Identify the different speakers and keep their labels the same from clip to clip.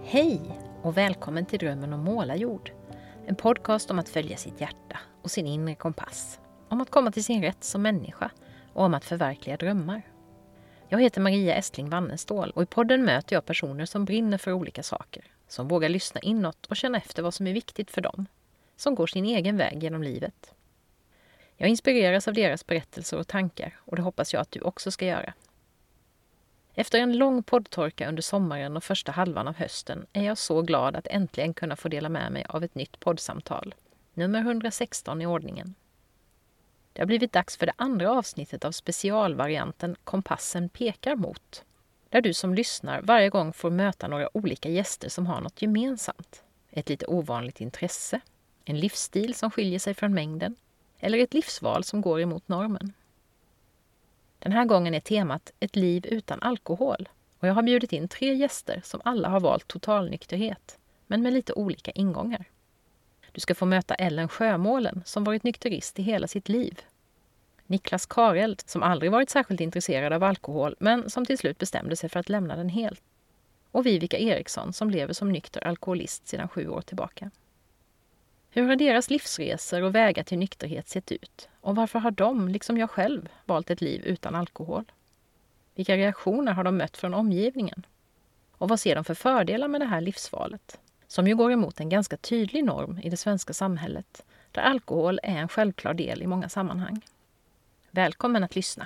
Speaker 1: Hej och välkommen till Drömmen om målarjord. En podcast om att följa sitt hjärta och sin inre kompass. Om att komma till sin rätt som människa och om att förverkliga drömmar. Jag heter Maria Estling Wannestål och i podden möter jag personer som brinner för olika saker. Som vågar lyssna inåt och känna efter vad som är viktigt för dem. Som går sin egen väg genom livet. Jag inspireras av deras berättelser och tankar och det hoppas jag att du också ska göra. Efter en lång poddtorka under sommaren och första halvan av hösten är jag så glad att äntligen kunna få dela med mig av ett nytt poddsamtal. Nummer 116 i ordningen. Det har blivit dags för det andra avsnittet av specialvarianten Kompassen pekar mot. Där du som lyssnar varje gång får möta några olika gäster som har något gemensamt. Ett lite ovanligt intresse, en livsstil som skiljer sig från mängden eller ett livsval som går emot normen. Den här gången är temat ett liv utan alkohol och jag har bjudit in 3 gäster som alla har valt totalnykterhet, men med lite olika ingångar. Du ska få möta Ellen Sjömålen som varit nykterist i hela sitt liv. Niklas Kareld som aldrig varit särskilt intresserad av alkohol men som till slut bestämde sig för att lämna den helt. Och Vivica Eriksson som lever som nykter alkoholist sedan 7 år tillbaka. Hur har deras livsresor och vägar till nykterhet sett ut? Och varför har de, liksom jag själv, valt ett liv utan alkohol? Vilka reaktioner har de mött från omgivningen? Och vad ser de för fördelar med det här livsvalet? Som ju går emot en ganska tydlig norm i det svenska samhället, där alkohol är en självklar del i många sammanhang. Välkommen att lyssna!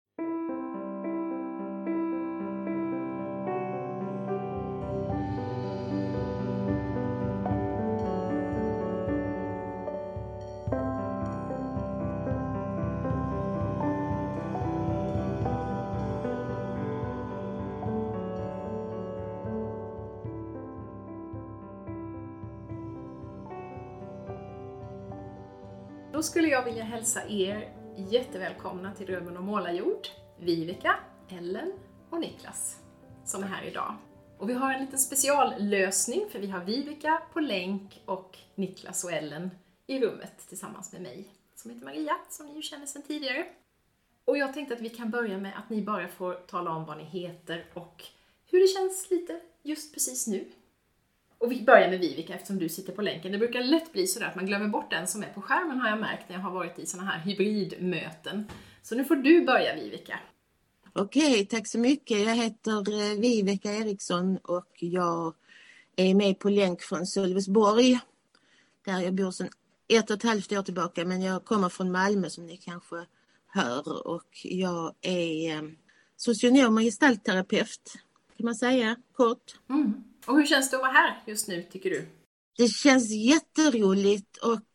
Speaker 2: Då skulle jag vilja hälsa er jättevälkomna till Drömmen om målarjord, Vivica, Ellen och Niklas som är här idag. Och vi har en liten speciallösning för vi har Vivica på länk och Niklas och Ellen i rummet tillsammans med mig som heter Maria, som ni ju känner sedan tidigare. Och jag tänkte att vi kan börja med att ni bara får tala om vad ni heter och hur det känns lite just precis nu. Och vi börjar med Vivica eftersom du sitter på länken. Det brukar lätt bli så att man glömmer bort den som är på skärmen har jag märkt när jag har varit i såna här hybridmöten. Så nu får du börja Vivica.
Speaker 3: Okej, tack så mycket. Jag heter Vivica Eriksson och jag är med på länk från Sölvesborg. Där jag bor sedan 1,5 år tillbaka men jag kommer från Malmö som ni kanske hör. Och jag är socionom och gestaltterapeut kan man säga, kort.
Speaker 2: Mm. Och hur känns det att vara här just nu tycker du?
Speaker 3: Det känns jätteroligt och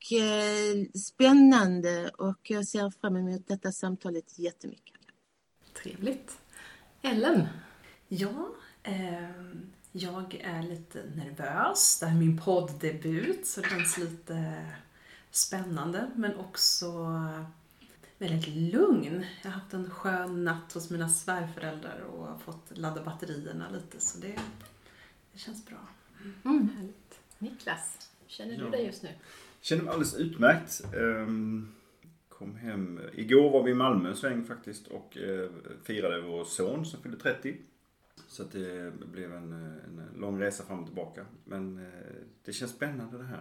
Speaker 3: spännande och jag ser fram emot detta samtalet jättemycket.
Speaker 2: Trevligt. Ellen?
Speaker 4: Ja, jag är lite nervös. Det här är min podddebut så det känns lite spännande men också väldigt lugn. Jag har haft en skön natt hos mina svärföräldrar och fått ladda batterierna lite så det känns bra.
Speaker 2: Härligt. Niklas, känner du dig just nu?
Speaker 5: Känner mig alldeles utmärkt. Kom hem. Igår var vi i Malmö en sväng faktiskt och firade vår son som fyllde 30. Så att det blev en lång resa fram och tillbaka. Men det känns spännande det här.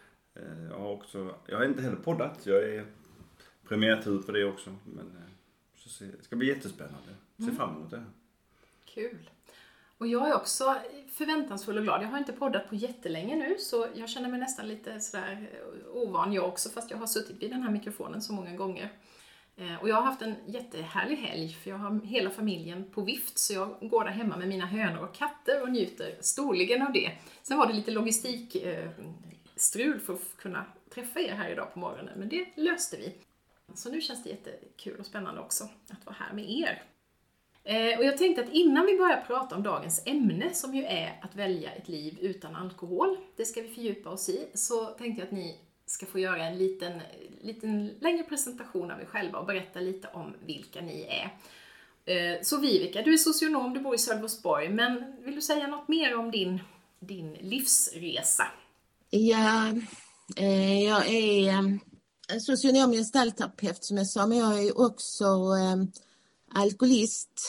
Speaker 5: Jag har inte heller poddat. Jag är premiärtur på det också. Men det ska bli jättespännande. Se fram emot det här.
Speaker 2: Kul. Och jag är också förväntansfull och glad. Jag har inte poddat på jättelänge nu så jag känner mig nästan lite sådär ovan jag också fast jag har suttit vid den här mikrofonen så många gånger. Och jag har haft en jättehärlig helg för jag har hela familjen på vift så jag går där hemma med mina hönor och katter och njuter storligen av det. Sen var det lite logistikstrul för att kunna träffa er här idag på morgonen men det löste vi. Så nu känns det jättekul och spännande också att vara här med er. Och jag tänkte att innan vi börjar prata om dagens ämne som ju är att välja ett liv utan alkohol, det ska vi fördjupa oss i, så tänkte jag att ni ska få göra en liten längre presentation av er själva och berätta lite om vilka ni är. Så Vivica, du är socionom, du bor i Sölvesborg, men vill du säga något mer om din livsresa?
Speaker 3: Ja, jag är socionom och gestaltterapeut som jag sa, men jag är också alkoholist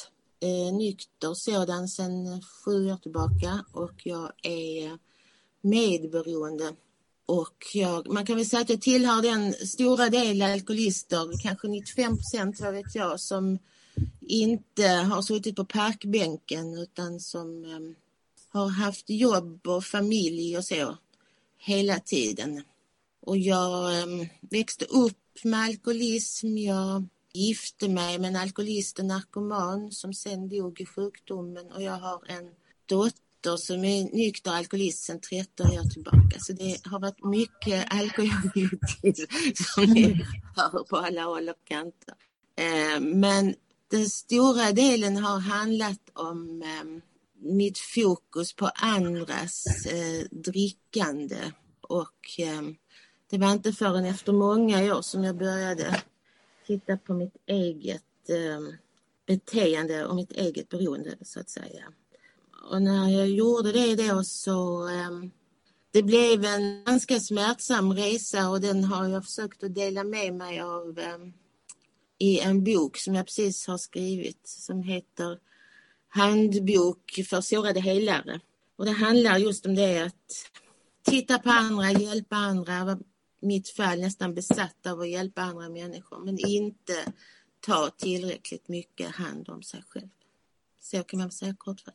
Speaker 3: nykter sådan sedan 7 år tillbaka och jag är medberoende. Och man kan väl säga att jag tillhör den stora del alkoholister, kanske 95%, vad vet jag, som inte har suttit på parkbänken utan som har haft jobb och familj och så hela tiden. Och jag växte upp med alkoholism. Jag gifte mig med en alkoholist och narkoman som sen dog i sjukdomen. Och jag har en dotter som är nykter alkoholist sedan 13 år tillbaka. Så det har varit mycket alkohol som ni hör på alla håll och kanter. Men den stora delen har handlat om mitt fokus på andras drickande. Och det var inte förrän efter många år som jag började titta på mitt eget beteende och mitt eget beroende, så att säga. Och när jag gjorde det då så det blev en ganska smärtsam resa, och den har jag försökt att dela med mig av i en bok som jag precis har skrivit som heter Handbok för sårade helare. Och det handlar just om det, att titta på andra, hjälpa andra. Var mitt fall nästan besatt av att hjälpa andra människor, men inte ta tillräckligt mycket hand om sig själv. Så kan man säga kortfattat.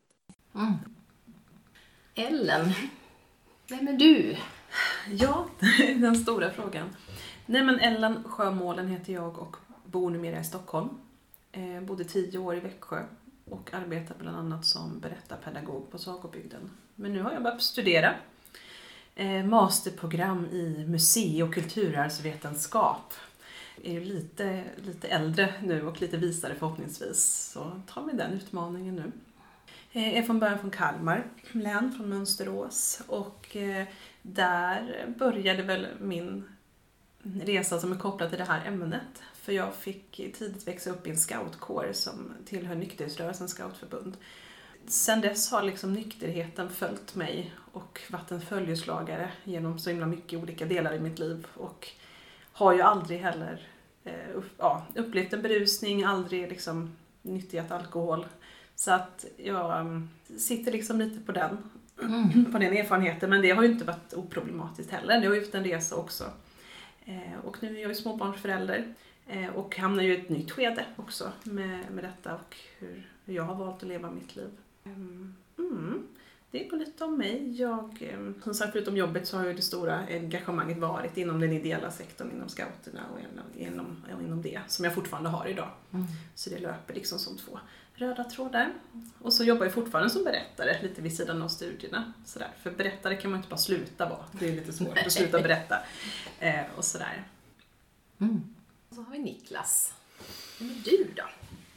Speaker 2: Ellen, vem är du?
Speaker 4: Ja, den stora frågan. Nej, men Ellen Sjömålen heter jag och bor numera i Stockholm. Bodde 10 år i Växjö och arbetar bland annat som berättarpedagog på Sagobygden. Men nu har jag börjat studera masterprogram i musei- och kulturarvsvetenskap. Jag är lite äldre nu och lite visare förhoppningsvis, så tar vi den utmaningen nu. Jag är från början från Kalmar län, från Mönsterås, och där började väl min resa som är kopplad till det här ämnet. För jag fick tidigt växa upp i en scoutkår som tillhör nykterhetsrörelsens scoutförbund. Sen dess har liksom nykterheten följt mig och varit en följeslagare genom så himla mycket olika delar i mitt liv. Och har ju aldrig heller upplevt en berusning, aldrig liksom nyttjat alkohol. Så att jag sitter liksom lite på den erfarenheten, men det har ju inte varit oproblematiskt heller. Det har ju varit en resa också. Och nu är jag ju småbarnsförälder och hamnar ju i ett nytt skede också med detta och hur jag har valt att leva mitt liv. Det går lite om mig. Jag, som sagt, förutom jobbet så har ju det stora engagemanget varit inom den ideella sektorn, inom scouterna och inom det som jag fortfarande har idag. Så det löper liksom som 2 röda trådar. Och så jobbar jag fortfarande som berättare lite vid sidan av studierna. Sådär. För berättare kan man inte bara sluta vara. Det är lite svårt att sluta berätta. Och sådär.
Speaker 2: Så har vi Niklas. Vem är du då?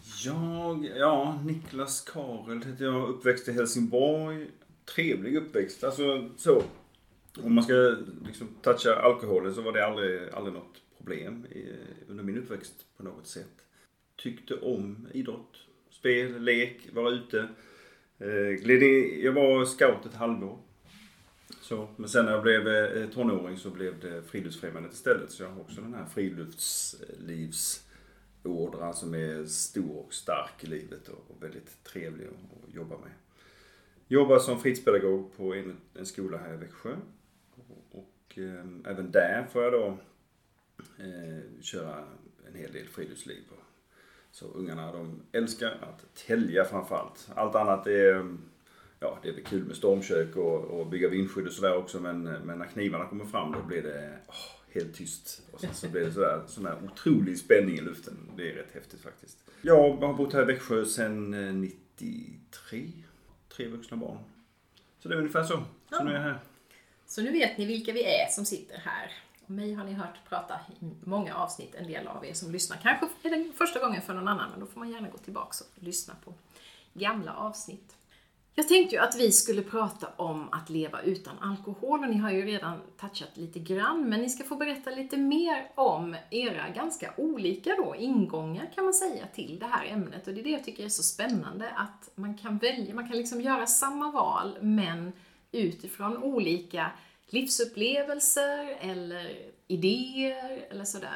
Speaker 5: Niklas Karel heter jag, uppväxt i Helsingborg. Trevlig uppväxt. Alltså så. Om man ska liksom toucha alkoholen så var det aldrig något problem under min uppväxt på något sätt. Tyckte om idrott, spel, lek, vara ute. Jag var scout ett halvår. Så, men sen när jag blev tonåring så blev det friluftsfrämjandet istället. Så jag har också den här friluftslivsådran som är stor och stark i livet och väldigt trevlig att jobba med. Jobbar som fritidspedagog på en skola här i Växjö. Och även där får jag då köra en hel del friluftsliv. Så ungarna, de älskar att tälja framförallt. Allt annat är... Ja, det är väl kul med stormkök och bygga vindskydd och sådär också, men när knivarna kommer fram då blir det helt tyst. Och sen så blir det sån här otrolig spänning i luften. Det är rätt häftigt faktiskt. Jag har bott här i Växjö sedan 93. 3 vuxna barn. Så det är ungefär så. Så nu är jag här.
Speaker 2: Så nu vet ni vilka vi är som sitter här. Och mig har ni hört prata i många avsnitt, en del av er som lyssnar. Kanske är det första gången för någon annan, men då får man gärna gå tillbaka och lyssna på gamla avsnitt. Jag tänkte ju att vi skulle prata om att leva utan alkohol, och ni har ju redan touchat lite grann, men ni ska få berätta lite mer om era ganska olika ingångar kan man säga till det här ämnet, och det är det jag tycker är så spännande, att man kan välja, man kan liksom göra samma val men utifrån olika livsupplevelser eller idéer eller sådär.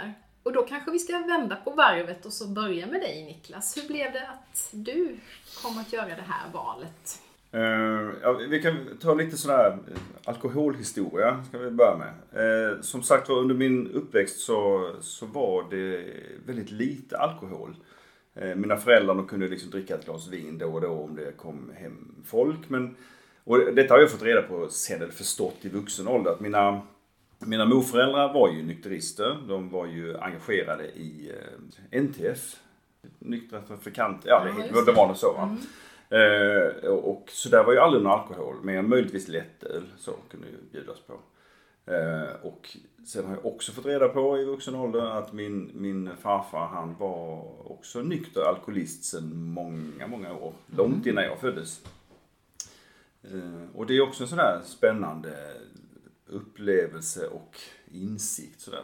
Speaker 2: Och då kanske vi ska vända på varvet och så börja med dig, Niklas. Hur blev det att du kom att göra det här valet?
Speaker 5: Vi kan ta lite sådär alkoholhistoria ska vi börja med. Som sagt var, under min uppväxt så var det väldigt lite alkohol. Mina föräldrar kunde liksom dricka ett glas vin då och då om det kom hem folk. Och detta har jag fått reda på sen, eller förstått i vuxen ålder, att mina morföräldrar var ju nykterister. De var ju engagerade i NTF. Nyktra trafikanter, det var nog så va. Och så där var ju aldrig någon alkohol, men möjligtvis lättöl så kunde ju bjudas på. Och sen har jag också fått reda på i vuxen ålder att min farfar, han var också nykter alkoholist sedan många år. Långt innan jag föddes. Och det är också en sån där spännande upplevelse och insikt. Sådär,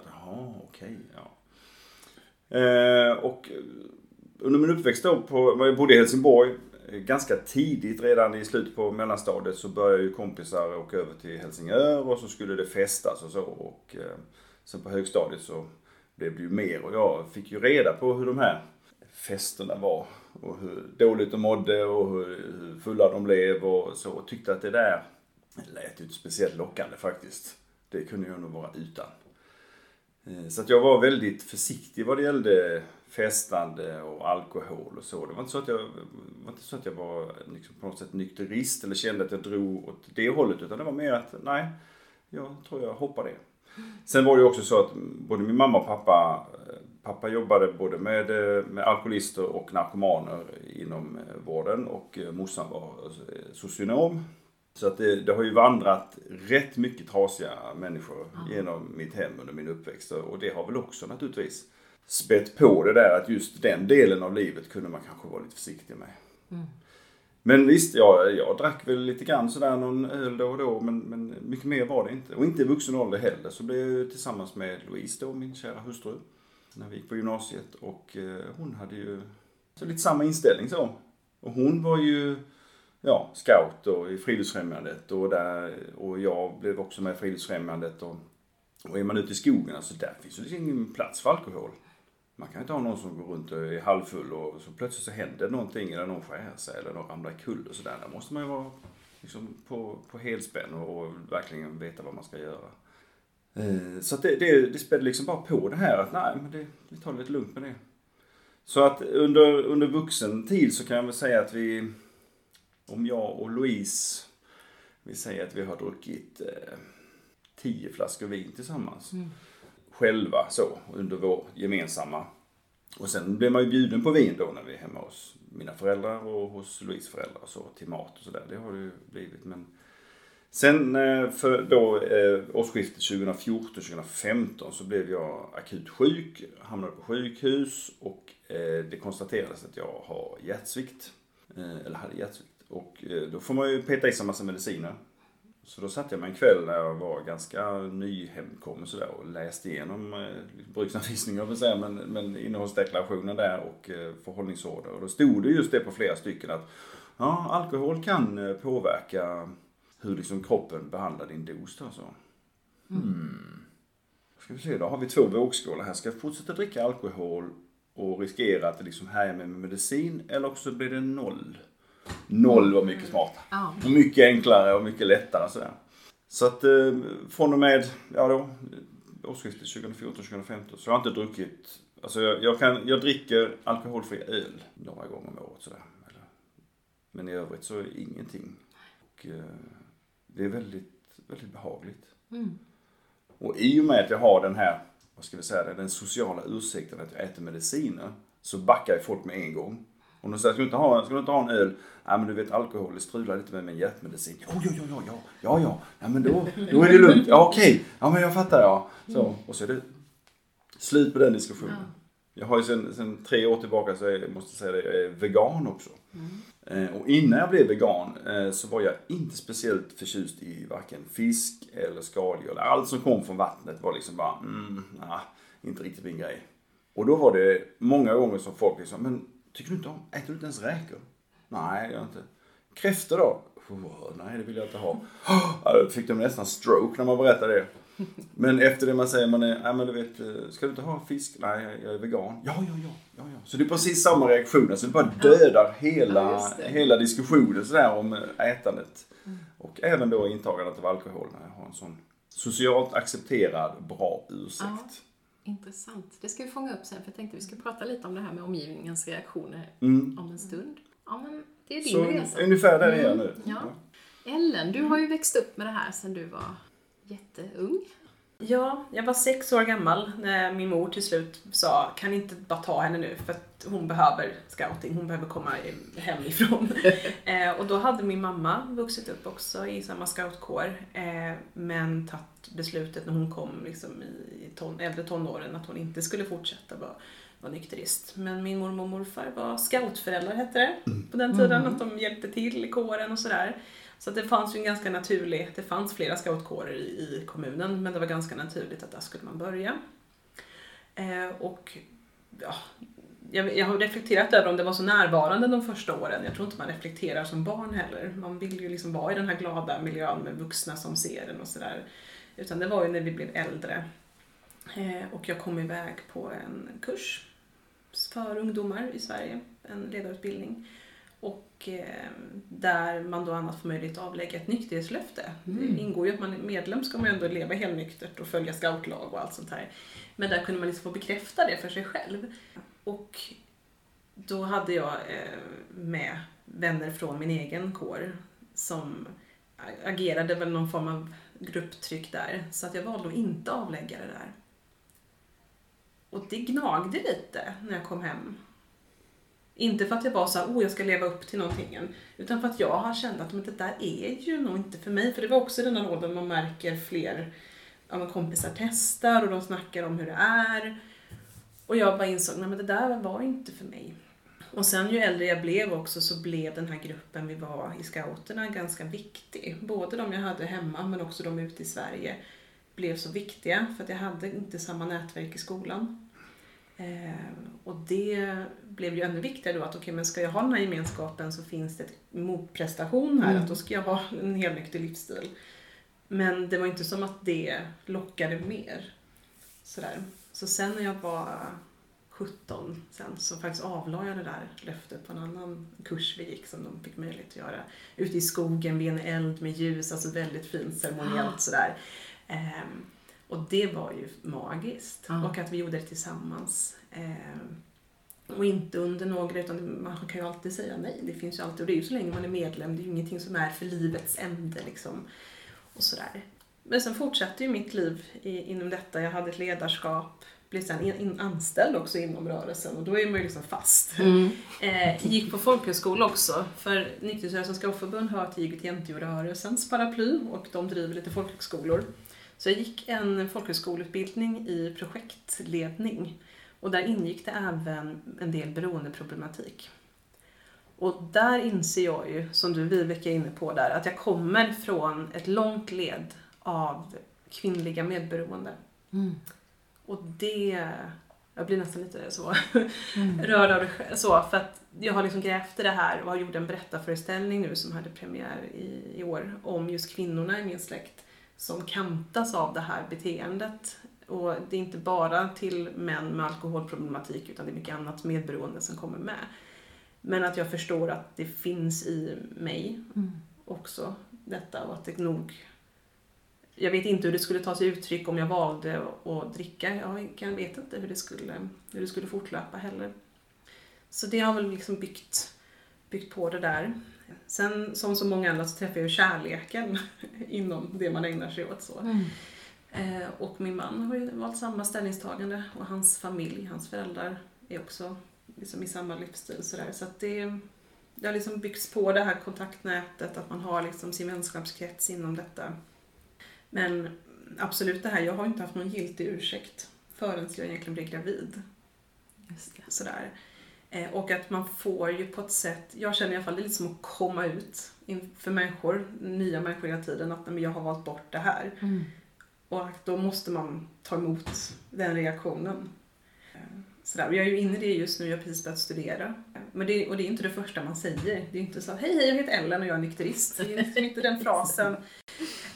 Speaker 5: och under min uppväxt då jag bodde i Helsingborg. Ganska tidigt, redan i slutet på mellanstadiet, så började ju kompisar åka över till Helsingör och så skulle det festas och så. Och sen på högstadiet så blev det ju mer, och jag fick ju reda på hur de här festerna var och hur dåligt de mådde och hur fulla de blev och så. Och tyckte att det där lät inte speciellt lockande faktiskt. Det kunde jag nog vara utan. Så att jag var väldigt försiktig vad det gällde festande och alkohol och så. Det var inte så att jag var liksom på något sätt nykterist eller kände att jag drog åt det hållet, utan det var mer att nej, jag tror jag hoppar det. Sen var det också så att både min mamma och pappa jobbade både med alkoholister och narkomaner inom vården, och morsan var socionom. Så att det har ju vandrat rätt mycket trasiga människor genom mitt hem under min uppväxt, och det har väl också naturligtvis spett på det där att just den delen av livet kunde man kanske vara lite försiktig med. Men visst, jag drack väl lite grann sådär någon öl då och då, men mycket mer var det inte. Och inte i vuxen ålder heller, så blev jag tillsammans med Louise då, min kära hustru, när vi gick på gymnasiet, och hon hade ju så lite samma inställning så. Och hon var ju scout och i Friluftsfrämjandet och jag blev också med i Friluftsfrämjandet, och är man ute i skogen, alltså där finns ju ingen plats för alkohol. Man kan inte ha någon som går runt och är halvfull och så plötsligt så händer någonting, eller någon skär sig eller någon ramlar i kull och sådär. Där måste man ju vara liksom på helspänn och verkligen veta vad man ska göra. Så att det spädde liksom bara på det här att nej, men vi tar lite lugnt med det. Så att under vuxen tid så kan jag väl säga att om jag och Louise, vi säger att vi har druckit 10 flaskor vin tillsammans. Själva så, under vår gemensamma. Och sen blev man ju bjuden på vin då när vi är hemma hos mina föräldrar och hos Louise föräldrar och så, till mat och sådär. Det har det ju blivit. Men sen för då årsskiftet 2014-2015 så blev jag akut sjuk, hamnade på sjukhus, och det konstaterades att jag har hjärtsvikt. Eller hade hjärtsvikt. Och då får man ju peta i sig en massa mediciner. Så då satt jag mig en kväll när jag var ganska nyhemkommen sådär och läste igenom bruksanvisningar, men innehållsdeklarationen där och förhållningsorder. Och då stod det just det på flera stycken att alkohol kan påverka hur liksom kroppen behandlar din dos då, så. Ska vi se, då har vi 2 vågskålar här. Ska jag fortsätta dricka alkohol och riskera att det liksom härjar med medicin, eller också blir det 0? 0 var mycket smartare. Och mycket enklare och mycket lättare sådär. Så att från och med årsskiftet 2014-2015 så har jag inte druckit. Alltså jag dricker alkoholfri öl några gånger om året sådär. Men i övrigt så är ingenting. Och det är väldigt, väldigt behagligt. Och i och med att jag har den här, vad ska vi säga, den sociala ursäkten att jag äter mediciner, så backar ju folk med en gång. Om de säger, ska du inte ha en öl? Ja, men du vet, alkohol, det strular lite med min hjärtmedicin. Ja, men då är det lugnt. Ja, okej. Ja, men jag fattar, ja. Så, och så är det slut på den diskussionen. Jag har ju sen 3 år tillbaka, så jag måste säga det, jag är vegan också. Och innan jag blev vegan så var jag inte speciellt förtjust i varken fisk eller skaldjur. Allt som kom från vattnet var liksom bara, inte riktigt min grej. Och då var det många gånger som folk liksom, men tycker du inte om, äter du inte ens räkor? Nej, det gör jag inte. Kräftor då? Nej, det vill jag inte ha. Då fick de nästan stroke när man berättade det. Men efter det man säger, men du vet, ska du inte ha fisk? Nej, jag är vegan. Ja. Så det är precis samma reaktion. Så det bara dödar hela diskussionen sådär om ätandet. Och även då intagandet av alkohol när jag har en sån socialt accepterad bra ursäkt.
Speaker 2: Ja, intressant. Det ska vi fånga upp sen, för jag tänkte vi ska prata lite om det här med omgivningens reaktioner om en stund. Ja, men det är din
Speaker 5: så
Speaker 2: resa.
Speaker 5: Ungefär där är jag nu.
Speaker 2: Ja. Ellen, du har ju växt upp med det här sedan du var jätteung.
Speaker 4: Ja, jag var 6 år gammal när min mor till slut sa, kan inte bara ta henne nu för att hon behöver scouting, hon behöver komma hemifrån. Och då hade min mamma vuxit upp också i samma scoutkår, men tagit beslutet när hon kom liksom i äldre tonåren att hon inte skulle fortsätta vara nykterist. Men min mormor och morfar var scoutföräldrar, hette det på den tiden, att de hjälpte till i kåren och sådär. Så det fanns ju en ganska naturlig, det fanns flera scoutkårer i kommunen, men det var ganska naturligt att där skulle man börja. Och ja, jag har reflekterat över om det var så närvarande de första åren. Jag tror inte man reflekterar som barn heller. Man vill ju liksom vara i den här glada miljön med vuxna som ser en och sådär. Utan det var ju när vi blev äldre. Och jag kom iväg på en kurs för ungdomar i Sverige, en ledarutbildning. Och där man då annars får möjlighet att avlägga ett nykterhetslöfte. Det ingår ju att man är medlem, ska man ju ändå leva helnyktert och följa scoutlag och allt sånt här. Men där kunde man liksom få bekräfta det för sig själv. Och då hade jag med vänner från min egen kår som agerade väl någon form av grupptryck där. Så att jag valde att inte avlägga det där. Och det gnagde lite när jag kom hem. Inte för att jag var så här, jag ska leva upp till någonting. Utan för att jag har känt att det där är ju nog inte för mig. För det var också den här åldern man märker fler kompisar testar och de snackar om hur det är. Och jag bara insåg, men det där var inte för mig. Och sen ju äldre jag blev också så blev den här gruppen vi var i scouterna ganska viktig. Både de jag hade hemma men också de ute i Sverige blev så viktiga. För att jag hade inte samma nätverk i skolan. Och det blev ju ännu viktigare då att men ska jag ha den här gemenskapen så finns det ett motprestation här. Att då ska jag ha en helnykter livsstil. Men det var inte som att det lockade mer. Sådär. Så sen när jag var 17 sen så faktiskt avlade jag det där löftet på en annan kurs vi gick som de fick möjlighet att göra. Ute i skogen vid en eld med ljus, alltså väldigt fint ceremoniellt sådär. Och det var ju magiskt. Och att vi gjorde det tillsammans. Och inte under några, utan man kan ju alltid säga nej. Det finns ju alltid, och det är ju så länge man är medlem. Det är ju ingenting som är för livets ände liksom. Och sådär. Men sen fortsatte ju mitt liv inom detta. Jag hade ett ledarskap. Blev sen anställd också inom rörelsen. Och då är man ju liksom fast. Gick på folkhögskola också. För Nykterhetsrörelsens scoutförbund hör till IGT-rörelsens paraply. Och de driver lite folkhögskolor. Så jag gick en folkhögskoleutbildning i projektledning. Och där ingick det även en del beroendeproblematik. Och där inser jag ju, som du Viveka är inne på där, att jag kommer från ett långt led av kvinnliga medberoende. Och det, jag blir nästan lite så rörd av det så, för att jag har liksom grävt i det här och har gjort en berättarföreställning nu som hade premiär i år om just kvinnorna i min släkt som kantas av det här beteendet. Och det är inte bara till män med alkoholproblematik utan det är mycket annat medberoende som kommer med. Men att jag förstår att det finns i mig också detta och att det nog... Jag vet inte hur det skulle ta sig uttryck om jag valde att dricka. Jag vet inte hur det skulle fortlöpa heller. Så det har väl liksom byggt på det där. Sen som så många andra så träffar jag ju kärleken inom det man ägnar sig åt så. Och min man har ju valt samma ställningstagande och hans familj, hans föräldrar är också liksom i samma livsstil sådär. Så att det har liksom byggts på det här kontaktnätet, att man har liksom sin vänskapskrets inom detta. Men absolut det här, jag har inte haft någon giltig ursäkt förrän jag egentligen blev gravid.
Speaker 2: Just det.
Speaker 4: Sådär. Och att man får ju på ett sätt, jag känner i alla fall det är lite som att komma ut för människor, nya människor hela tiden, att jag har valt bort det här. Och då måste man ta emot den reaktionen. Sådär. Och jag är ju inne i det just nu, jag har precis börjat studera. Men det är inte det första man säger. Det är inte så, hej jag heter Ellen och jag är nykterist. Det är inte den frasen.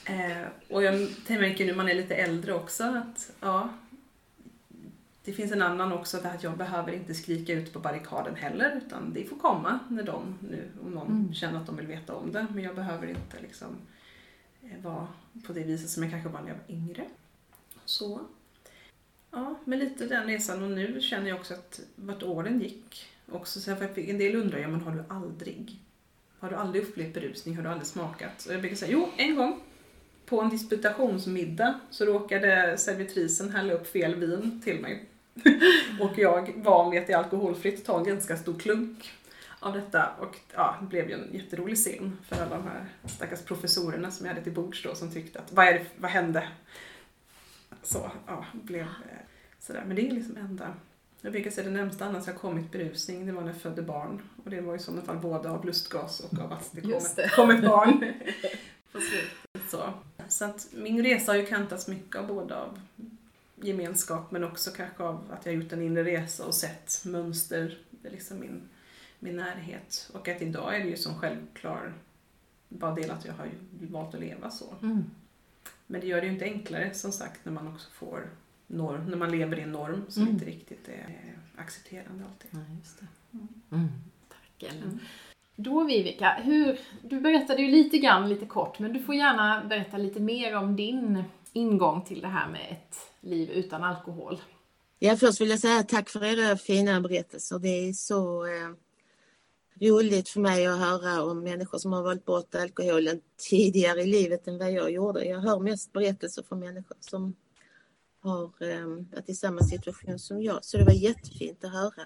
Speaker 4: Och jag tänker nu när man är lite äldre också att det finns en annan också, att jag behöver inte skrika ut på barrikaden heller, utan det får komma när om någon känner att de vill veta om det. Men jag behöver inte liksom vara på det viset som jag kanske var när jag var yngre. Så. Ja, men lite den resan, och nu känner jag också att vart åren gick. Också så för en del undrar jag, men har du aldrig upplevt berusning? Har du aldrig smakat? Och jag brukar säga, en gång. På en disputationsmiddag så råkade servitrisen hälla upp fel vin till mig. Och jag var med att det är alkoholfritt, ta en ganska stor klunk av detta. Och det blev ju en jätterolig scen för alla de här stackars professorerna som jag hade till bords då, som tyckte att vad hände? Så blev sådär. Men det är liksom ända. Jag brukar säga det närmsta annars jag kommit berusning, det var när jag födde barn. Och det var i sådana fall både av lustgas och av att det kom ett barn på slutet. Så att min resa har ju kantats mycket av både av gemenskap, men också kanske av att jag har gjort en inre resa och sett mönster, liksom min närhet. Och att idag är det ju som självklar bara del att jag har valt att leva så. Men det gör det ju inte enklare, som sagt, när man också får när man lever i en norm som inte riktigt är accepterande alltid.
Speaker 2: Ja, just det. Tack Ellen. Då Vivica, du berättade ju lite kort, men du får gärna berätta lite mer om din ingång till det här med ett liv utan alkohol.
Speaker 3: Ja, först vill jag säga tack för era fina berättelser. Det är så roligt för mig att höra om människor som har valt bort alkoholen tidigare i livet än vad jag gjorde. Jag hör mest berättelser från människor som har varit i samma situation som jag. Så det var jättefint att höra.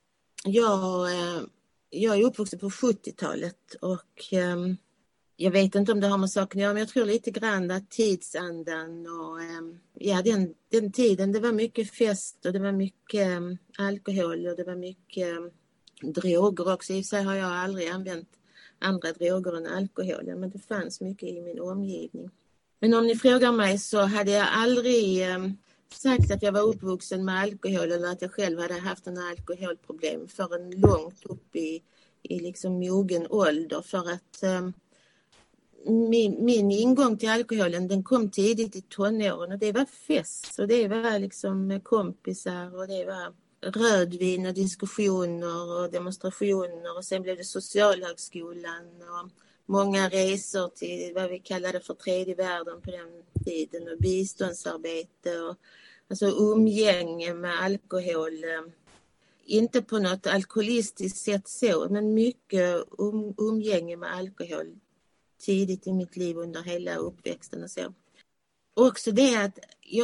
Speaker 3: Jag är uppvuxen på 70-talet och jag vet inte om det har med saken att göra, men jag tror lite grann att tidsandan och den tiden, det var mycket fest och det var mycket alkohol och det var mycket droger också. I och för sig har jag aldrig använt andra droger än alkoholen, men det fanns mycket i min omgivning. Men om ni frågar mig så hade jag aldrig sagt att jag var uppvuxen med alkohol eller att jag själv hade haft en alkoholproblem förrän långt upp i liksom mogen ålder, för att min ingång till alkoholen, den kom tidigt i tonåren och det var fest och det var liksom kompisar och det var rödvin och diskussioner och demonstrationer och sen blev det socialhögskolan och många resor till vad vi kallade för tredje världen på den tiden och biståndsarbete och alltså umgänge med alkohol. Inte på något alkoholistiskt sätt så, men mycket umgänge med alkohol tidigt i mitt liv under hela uppväxten och så. Och också det att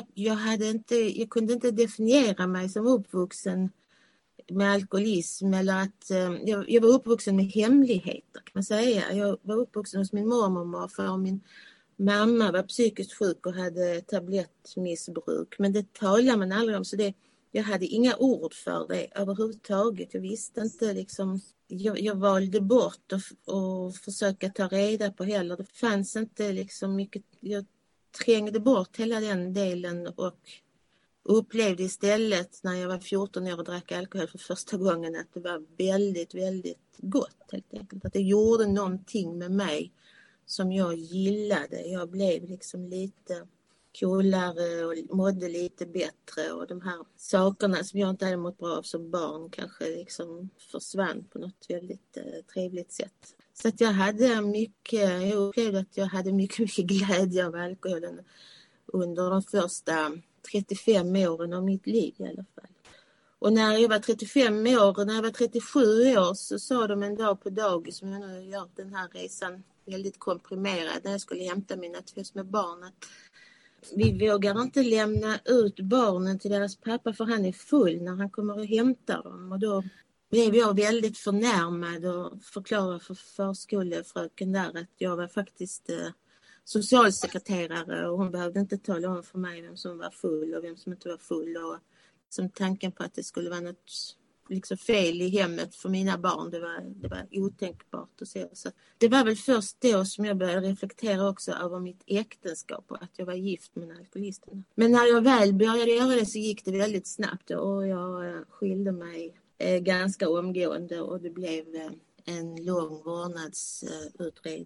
Speaker 3: jag kunde inte definiera mig som uppvuxen med alkoholism eller att jag var uppvuxen med hemligheter, kan man säga. Jag var uppvuxen hos min mormor och morfar och min mamma var psykiskt sjuk och hade tablettmissbruk, men det talar man aldrig om, så jag hade inga ord för det överhuvudtaget. Jag visste inte liksom, jag valde bort och försöka ta reda på heller. Det fanns inte liksom mycket, jag trängde bort hela den delen och upplevde istället när jag var 14 år och drack alkohol för första gången att det var väldigt, väldigt gott helt enkelt. Att det gjorde någonting med mig som jag gillade. Jag blev liksom lite coolare och mådde lite bättre och de här sakerna som jag inte hade mått bra av som barn kanske liksom försvann på något väldigt trevligt sätt. Så att jag upplevde att jag hade mycket glädje av alkoholen under de första 35 åren av mitt liv i alla fall. Och när jag var 35 år och när jag var 37 år så sa de en dag på dagis, som jag nu har gjort den här resan väldigt komprimerad när jag skulle hämta mina 2 små barn, att vi vågar inte lämna ut barnen till deras pappa för han är full när han kommer och hämtar dem. Och då blev jag väldigt förnärmad och förklarade för förskolefröken där att jag var faktiskt socialsekreterare och hon behövde inte tala om för mig vem som var full och vem som inte var full. Och som tanken på att det skulle vara något liksom fel i hemmet för mina barn, det var otänkbart att se. Så det var väl först då som jag började reflektera också över mitt äktenskap och att jag var gift med en alkoholist. Men när jag väl började göra det så gick det väldigt snabbt och jag skilde mig ganska omgående och det blev en lång vårdnadsutredning.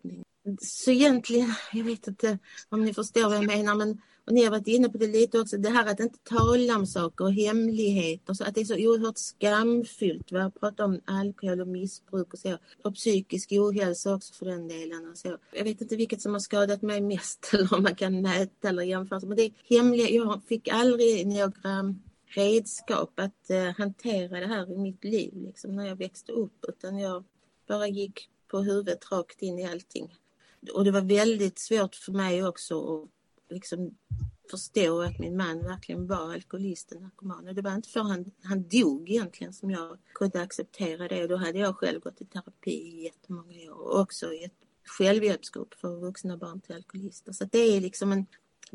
Speaker 3: Så egentligen, jag vet inte om ni förstår vad jag menar, men och ni har varit inne på det lite också, det här att inte tala om saker och hemligheter, så att det är så oerhört skamfyllt. Vi har pratat om alkohol och missbruk och så, och psykisk ohälsa också för den delen. Och så. Jag vet inte vilket som har skadat mig mest, eller om man kan mäta eller jämföra, men det är hemliga. Jag fick aldrig några redskap att hantera det här i mitt liv liksom, när jag växte upp, utan jag bara gick på huvudet rakt in i allting. Och det var väldigt svårt för mig också att liksom förstå att min man verkligen var alkoholist och narkoman. Och det var inte för han dog egentligen som jag kunde acceptera det. Och då hade jag själv gått i terapi i jättemånga år. Och också i ett självhjälpsgrupp för vuxna barn till alkoholister. Så det är liksom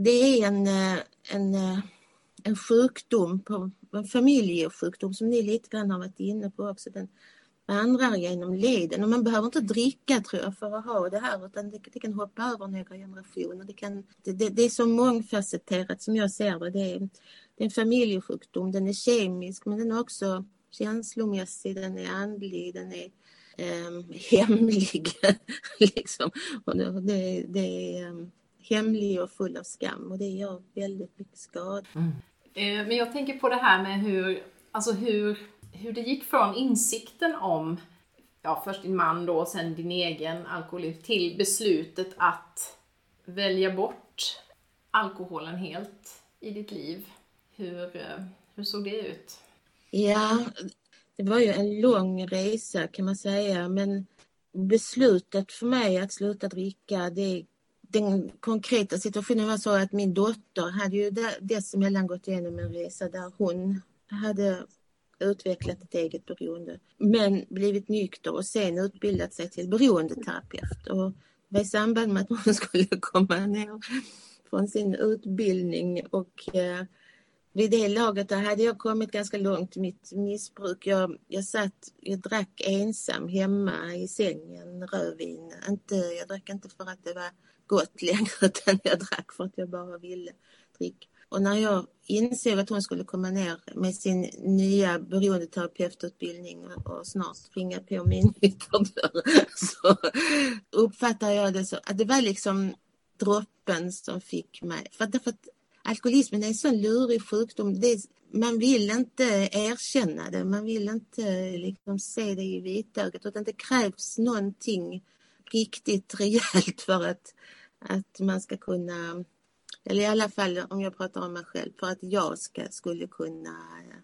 Speaker 3: en sjukdom, en familjesjukdom som ni lite grann har varit inne på också. Den vandrar genom leden, och man behöver inte dricka, tror jag, för att ha det här, utan det kan hoppa över några generationer. Det är så mångfacetterat som jag ser det. Det är en familjesjukdom, den är kemisk, men den är också känslomässig, den är andlig, den är hemlig liksom. Och det är hemlig och full av skam, och det gör väldigt mycket skada.
Speaker 2: Men jag tänker på det här med hur det gick från insikten om, först din man då, och sen din egen alkoholism, till beslutet att välja bort alkoholen helt i ditt liv. Hur såg det ut?
Speaker 3: Ja, det var ju en lång resa kan man säga, men beslutet för mig att sluta dricka, den konkreta situationen var så att min dotter hade ju dessemellan gått igenom en resa där hon hade utvecklat ett eget beroende, men blivit nykter och sen utbildat sig till beroendeterapeut. Och det var i samband med att hon skulle komma ner från sin utbildning, och vid det laget där hade jag kommit ganska långt i mitt missbruk. Jag drack ensam hemma i sängen, rödvin. Jag drack inte för att det var gott längre, utan jag drack för att jag bara ville dricka. Och när jag insåg att hon skulle komma ner med sin nya beroendeterapeututbildning och snart ringa på min ytterdörr, så uppfattade jag det så att det var liksom droppen som fick mig. För att alkoholismen är en sån lurig sjukdom. Man vill inte erkänna det. Man vill inte liksom se det i vitögat. Utan det krävs någonting riktigt rejält för att man ska kunna, eller i alla fall om jag pratar om mig själv, för att jag skulle kunna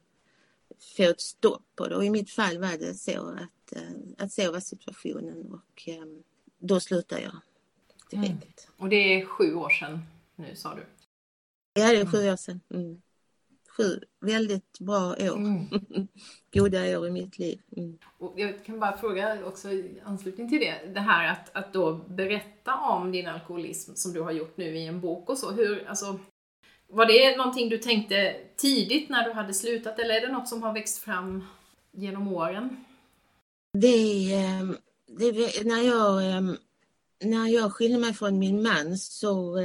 Speaker 3: få ett stopp på det. Och i mitt fall var det så att så var situationen, och då slutade jag direkt.
Speaker 2: Och det är 7 år sedan nu, sa du?
Speaker 3: Ja, det är 7 år sedan. 7 väldigt bra år. Goda år i mitt liv.
Speaker 2: Och jag kan bara fråga också i anslutning till det här att då berätta om din alkoholism som du har gjort nu i en bok och så. Var det någonting du tänkte tidigt när du hade slutat, eller är det något som har växt fram genom åren?
Speaker 3: När jag skilde mig från min man så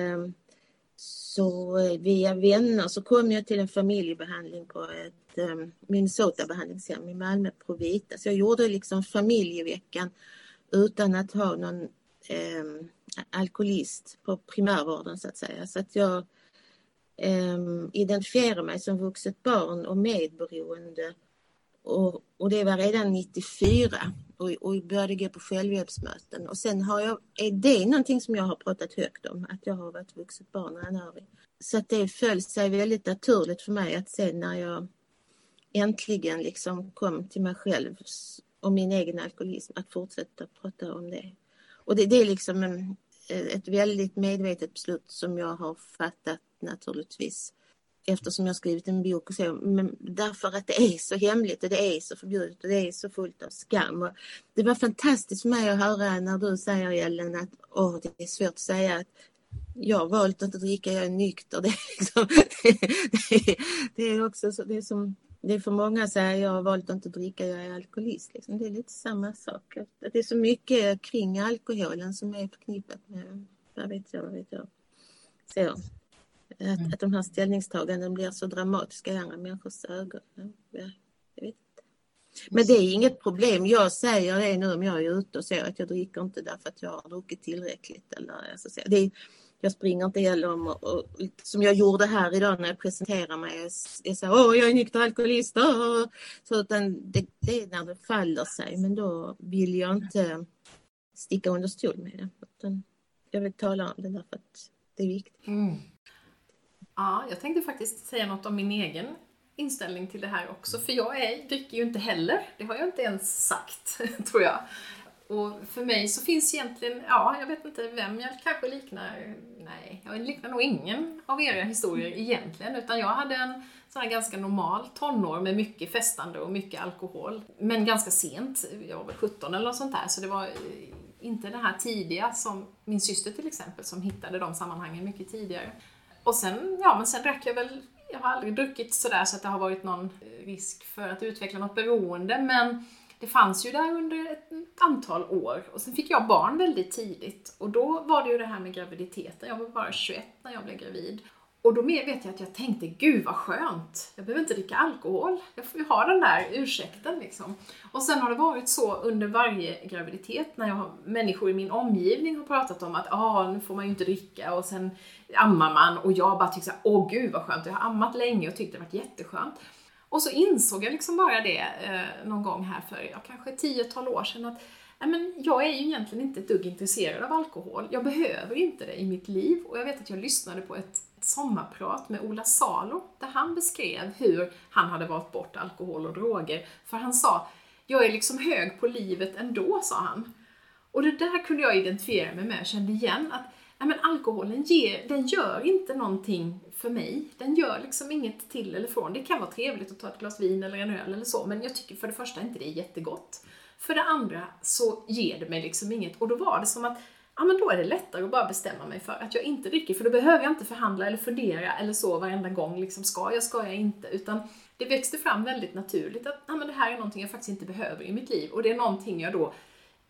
Speaker 3: via vänner så kom jag till en familjebehandling på ett Minnesota-behandlingshem i Malmö, Provita. Så jag gjorde liksom familjeveckan utan att ha någon alkoholist på primärvården, så att säga. Så att jag identifierade mig som vuxet barn och medberoende. Och det var redan 94 och började gå på självhjälpsmöten. Och sen är det någonting som jag har pratat högt om, att jag har varit vuxet barn och anhörig. Så att det föll sig väldigt naturligt för mig att sen när jag äntligen liksom kom till mig själv och min egen alkoholism, att fortsätta prata om det. Och det är liksom ett väldigt medvetet beslut som jag har fattat naturligtvis, eftersom jag har skrivit en bok och så, men därför att det är så hemligt och det är så förbjudet och det är så fullt av skam. Och det var fantastiskt för mig att höra när du säger, Ellen, att det är svårt att säga att jag har valt att inte dricka, jag är nykter. Det är, liksom, det är också så, det är för många att säga jag har valt att inte dricka, jag är alkoholist. Liksom. Det är lite samma sak. Det är så mycket kring alkoholen som är förknippat med, vad vet jag. Så. Att de här ställningstaganden blir så dramatiska i andra människors ögon. Jag vet inte. Men det är inget problem. Jag säger det nu om jag är ute och säger att jag dricker inte därför att jag har druckit tillräckligt. Eller, alltså, jag springer inte heller om, som jag gjorde här idag när jag presenterar mig. Jag säger, jag är nykter alkoholist. Så utan det är när det faller sig. Men då vill jag inte sticka under stol med det. Utan jag vill tala om det därför att det är viktigt.
Speaker 2: Ja, jag tänkte faktiskt säga något om min egen inställning till det här också. För jag dricker ju inte heller. Det har jag inte ens sagt, tror jag. Och för mig så finns egentligen, jag vet inte vem jag kanske liknar. Nej, jag liknar nog ingen av era historier egentligen. Utan jag hade en sån här ganska normal tonår med mycket festande och mycket alkohol. Men ganska sent, jag var väl 17 eller något sånt där. Så det var inte det här tidiga som min syster till exempel som hittade de sammanhangen mycket tidigare. Och sen drack jag väl, jag har aldrig druckit sådär så att det har varit någon risk för att utveckla något beroende. Men det fanns ju där under ett antal år. Och sen fick jag barn väldigt tidigt. Och då var det ju det här med graviditeten. Jag var bara 21 när jag blev gravid. Och då vet jag att jag tänkte, gud vad skönt. Jag behöver inte dricka alkohol. Jag får ju ha den där ursäkten liksom. Och sen har det varit så under varje graviditet. När människor i min omgivning har pratat om att nu får man ju inte dricka. Och sen ammar man. Och jag bara tyckte åh gud vad skönt. Jag har ammat länge och tyckte det varit jätteskönt. Och så insåg jag liksom bara det någon gång här för kanske 10-12 år sedan att jag är ju egentligen inte ett dugg intresserad av alkohol. Jag behöver inte det i mitt liv. Och jag vet att jag lyssnade på ett sommarprat med Ola Salo där han beskrev hur han hade valt bort alkohol och droger. För han sa, jag är liksom hög på livet ändå, sa han. Och det där kunde jag identifiera mig med och kände igen att alkoholen den gör inte någonting för mig. Den gör liksom inget till eller från. Det kan vara trevligt att ta ett glas vin eller en öl eller så. Men jag tycker för det första inte det är jättegott. För det andra så ger det mig liksom inget. Och då var det som att då är det lättare att bara bestämma mig för att jag inte dricker. För då behöver jag inte förhandla eller fundera eller så varenda gång. Liksom, ska jag inte. Utan det växte fram väldigt naturligt att det här är någonting jag faktiskt inte behöver i mitt liv. Och det är någonting jag då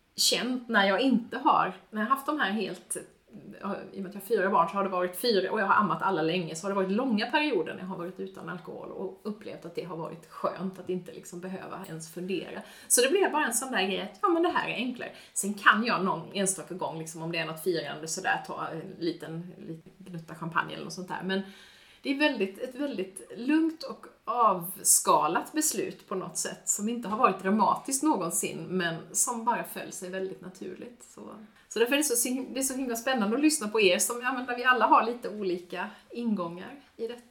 Speaker 2: känt när jag har haft de här helt... I och med att jag har 4 barn så har det varit 4 och jag har ammat alla länge, så har det varit långa perioder när jag har varit utan alkohol och upplevt att det har varit skönt att inte liksom behöva ens fundera. Så det blev bara en sån där grej att det här är enklare. Sen kan jag någon enstaka gång liksom, om det är något firande sådär ta en liten gnutta champagne eller något sånt där. Men det är ett väldigt lugnt och avskalat beslut på något sätt som inte har varit dramatiskt någonsin men som bara föll sig väldigt naturligt. Så därför är det så himla spännande att lyssna på er som där vi alla har lite olika ingångar i detta.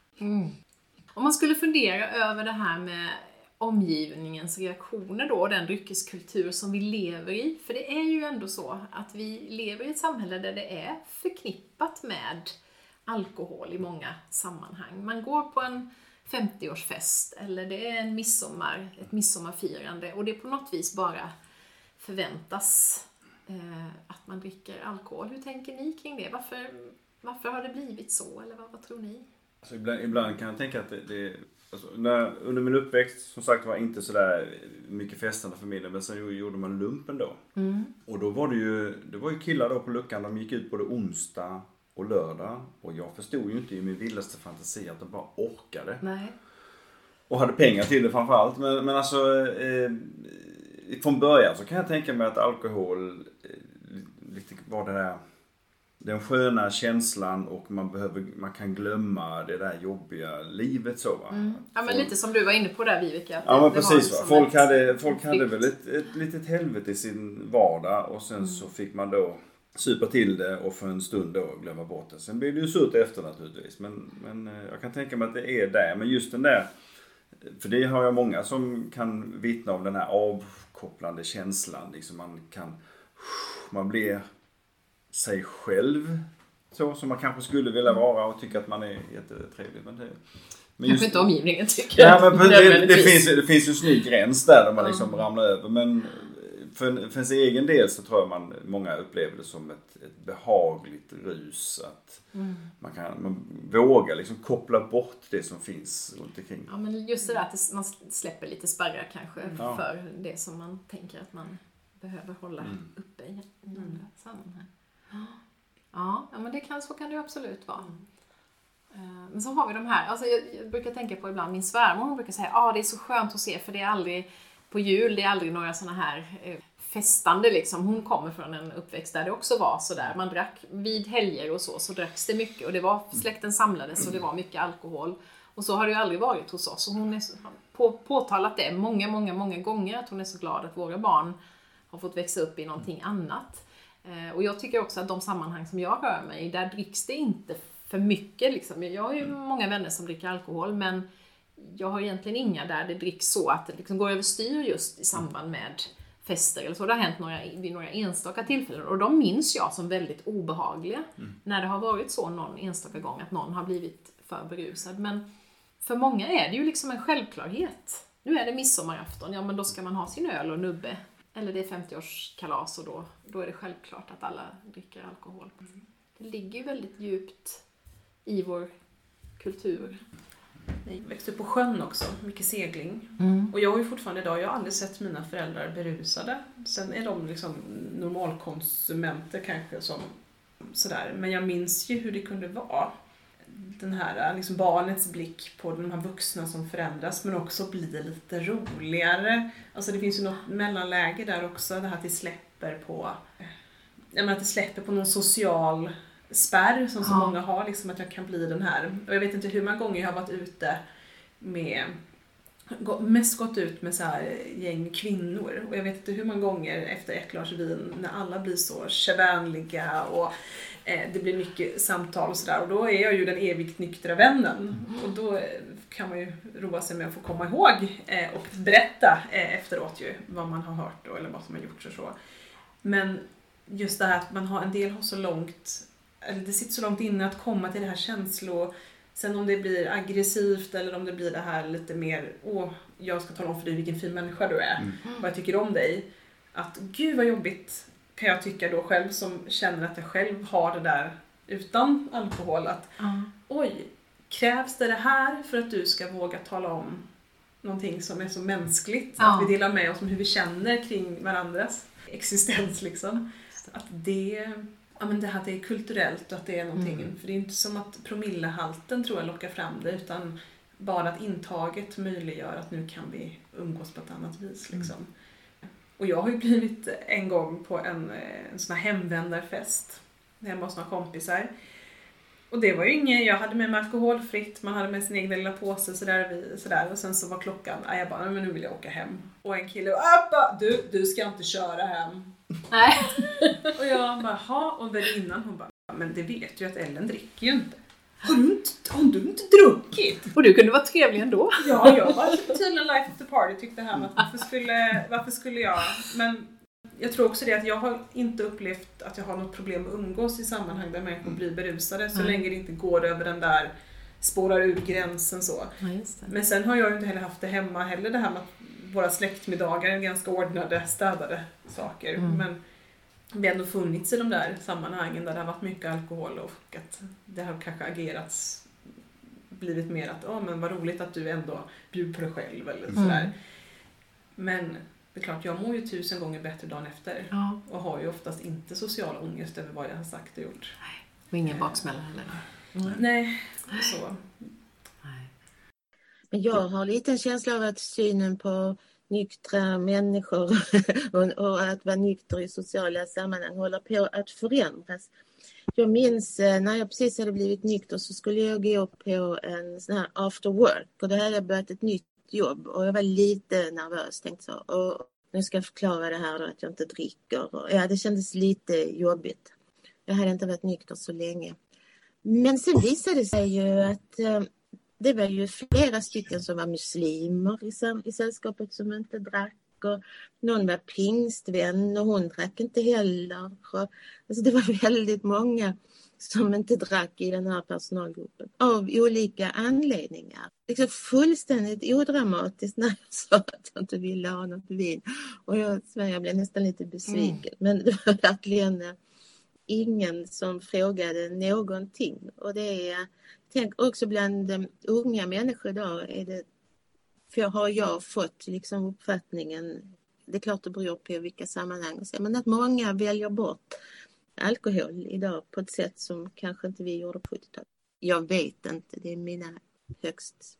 Speaker 2: Om man skulle fundera över det här med omgivningens reaktioner då och den dryckeskultur som vi lever i. För det är ju ändå så att vi lever i ett samhälle där det är förknippat med alkohol i många sammanhang. Man går på en 50-årsfest eller det är ett midsommarfirande och det på något vis bara förväntas att man dricker alkohol. Hur tänker ni kring det? Varför har det blivit så? Eller vad tror ni?
Speaker 5: Alltså ibland kan jag tänka att det under min uppväxt som sagt var inte så där mycket festande familjer, men sen gjorde man lumpen då. Och då var det var ju killar då på luckan, de gick ut både onsdag och lördag och jag förstod ju inte i min vildaste fantasi att de bara orkade. Nej. Och hade pengar till det framförallt, men alltså från början så kan jag tänka mig att alkohol lite var det där den sköna känslan och man kan glömma det där jobbiga livet så va.
Speaker 2: Ja men lite som du var inne på där Viveka.
Speaker 5: Ja men precis va. Folk hade väl ett litet helvete i sin vardag och sen så fick man då supa till det och för en stund då glömma bort det. Sen blir det ju surt efter naturligtvis men jag kan tänka mig att det är där. Men just den där, för det har jag många som kan vittna om den här avkopplande känslan. Liksom man blir sig själv så som man kanske skulle vilja vara och tycka att man är jättetrevlig. Men
Speaker 2: kanske inte omgivningen tycker.
Speaker 5: Ja, men det finns ju en snygg gräns där man liksom ramlar över. Men för sin egen del så tror jag många upplever det som ett behagligt rus. Att man vågar liksom koppla bort det som finns runt omkring.
Speaker 2: Ja, men just det där att man släpper lite spärrar kanske för det som man tänker att man behöver hålla uppe i andra sammanhang. Ja, men så kan det absolut vara. Men så har vi de här, alltså jag brukar tänka på ibland min svärmor, hon brukar säga det är så skönt att se för det är aldrig på jul, det är aldrig några såna här festande liksom. Hon kommer från en uppväxt där det också var så där. Man drack vid helger och så dracks det mycket. Och det var, släkten samlades och det var mycket alkohol. Och så har det ju aldrig varit hos oss. Och hon har påtalat det många gånger. Att hon är så glad att våra barn har fått växa upp i någonting annat. Och jag tycker också att de sammanhang som jag rör mig i, där dricks det inte för mycket. Liksom. Jag har ju många vänner som dricker alkohol, men jag har egentligen inga där det dricks så att det liksom går överstyr just i samband med fester eller så. Det har hänt vid några enstaka tillfällen, och de minns jag som väldigt obehagliga när det har varit så någon enstaka gång att någon har blivit för berusad. Men för många är det ju liksom en självklarhet. Nu är det midsommarafton, ja men då ska man ha sin öl och nubbe. Eller det är 50-årskalas och då är det självklart att alla dricker alkohol. Det ligger ju väldigt djupt i vår kultur.
Speaker 4: Jag växte upp på sjön också, mycket segling. Och jag har ju fortfarande idag, jag har aldrig sett mina föräldrar berusade. Sen är de liksom normalkonsumenter kanske som sådär. Men jag minns ju hur det kunde vara. Den här liksom barnets blick på de här vuxna som förändras, men också blir lite roligare. Alltså det finns ju något mellanläge där också, det här att det släpper på någon social spärr som så många har, liksom att jag kan bli den här. Och jag vet inte hur många gånger jag har varit ute med, mest gått ut med så här gäng kvinnor. Och jag vet inte hur många gånger efter ett glas vin när alla blir så kärvänliga och det blir mycket samtal och sådär. Och då är jag ju den evigt nyktra vännen. Och då kan man ju roa sig med att få komma ihåg och berätta efteråt ju vad man har hört då, eller vad som har gjorts och så. Men just det här att man har en del har så långt, eller det sitter så långt inne att komma till det här känslor. Sen om det blir aggressivt eller om det blir det här lite mer, jag ska tala om för dig vilken fin människa du är, vad jag tycker om dig. Att gud vad jobbigt kan jag tycka då själv som känner att jag själv har det där utan alkohol. Att krävs det här för att du ska våga tala om någonting som är så mänskligt? Att vi delar med oss om hur vi känner kring varandras existens liksom. Att det här det är kulturellt och att det är någonting. För det är inte som att promillehalten tror jag lockar fram det, utan bara att intaget möjliggör att nu kan vi umgås på ett annat vis liksom. Och jag har ju blivit en gång på en sån här hemvändarfest hemma hos några kompisar. Och det var ju inget, jag hade med mig alkoholfritt, man hade med sin egen lilla påse sådär. Och sen så var klockan, jag bara, men nu vill jag åka hem. Och en kille, du ska inte köra hem.
Speaker 2: Nej.
Speaker 4: Och jag bara, och väninnan hon bara, men det vet ju att Ellen dricker ju inte. Har du inte druckit?
Speaker 2: Och du kunde vara trevlig ändå.
Speaker 4: Ja, jag var tydligen life of the party, tyckte han att varför skulle jag? Men jag tror också det att jag har inte upplevt att jag har något problem att umgås i sammanhang där människor blir berusade, så länge det inte går över den där, spårar ur gränsen så.
Speaker 2: Ja, just det.
Speaker 4: Men sen har jag ju inte heller haft det hemma heller, det här med att våra släktmiddagar är ganska ordnade, städade saker. Men vi har ändå funnits i de där sammanhangen där det har varit mycket alkohol och att det har kanske agerats, blivit mer att men vad roligt att du ändå bjuder på dig själv eller sådär. Men det är klart, jag mår ju 1000 gånger bättre dagen efter och har ju oftast inte social ångest över vad jag har sagt och gjort.
Speaker 2: Och ingen baksmälla heller.
Speaker 4: Nej, så.
Speaker 3: Men jag har lite en känsla av att synen på nyktra människor och att vara nykter i sociala sammanhang håller på att förändras. Jag minns när jag precis hade blivit nykter så skulle jag gå på en sån här after work. Och då hade jag börjat ett nytt jobb och jag var lite nervös, tänkte så. Och nu ska jag förklara det här då, att jag inte dricker. Och, det kändes lite jobbigt. Jag hade inte varit nykter så länge. Men sen visade det sig ju att det var ju flera stycken som var muslimer i sällskapet som inte drack. Och någon var pingstvän och hon drack inte heller. Alltså det var väldigt många som inte drack i den här personalgruppen. Av olika anledningar. Liksom fullständigt odramatiskt när jag sa att jag inte ville ha något vin. Och jag blev nästan lite besviken. Men det var verkligen ingen som frågade någonting. Och det är, tänk också bland unga människor idag har jag fått liksom uppfattningen, det är klart det beror på vilka sammanhang, men att många väljer bort alkohol idag på ett sätt som kanske inte vi gjorde på 70-talet. Jag vet inte, det är mina högst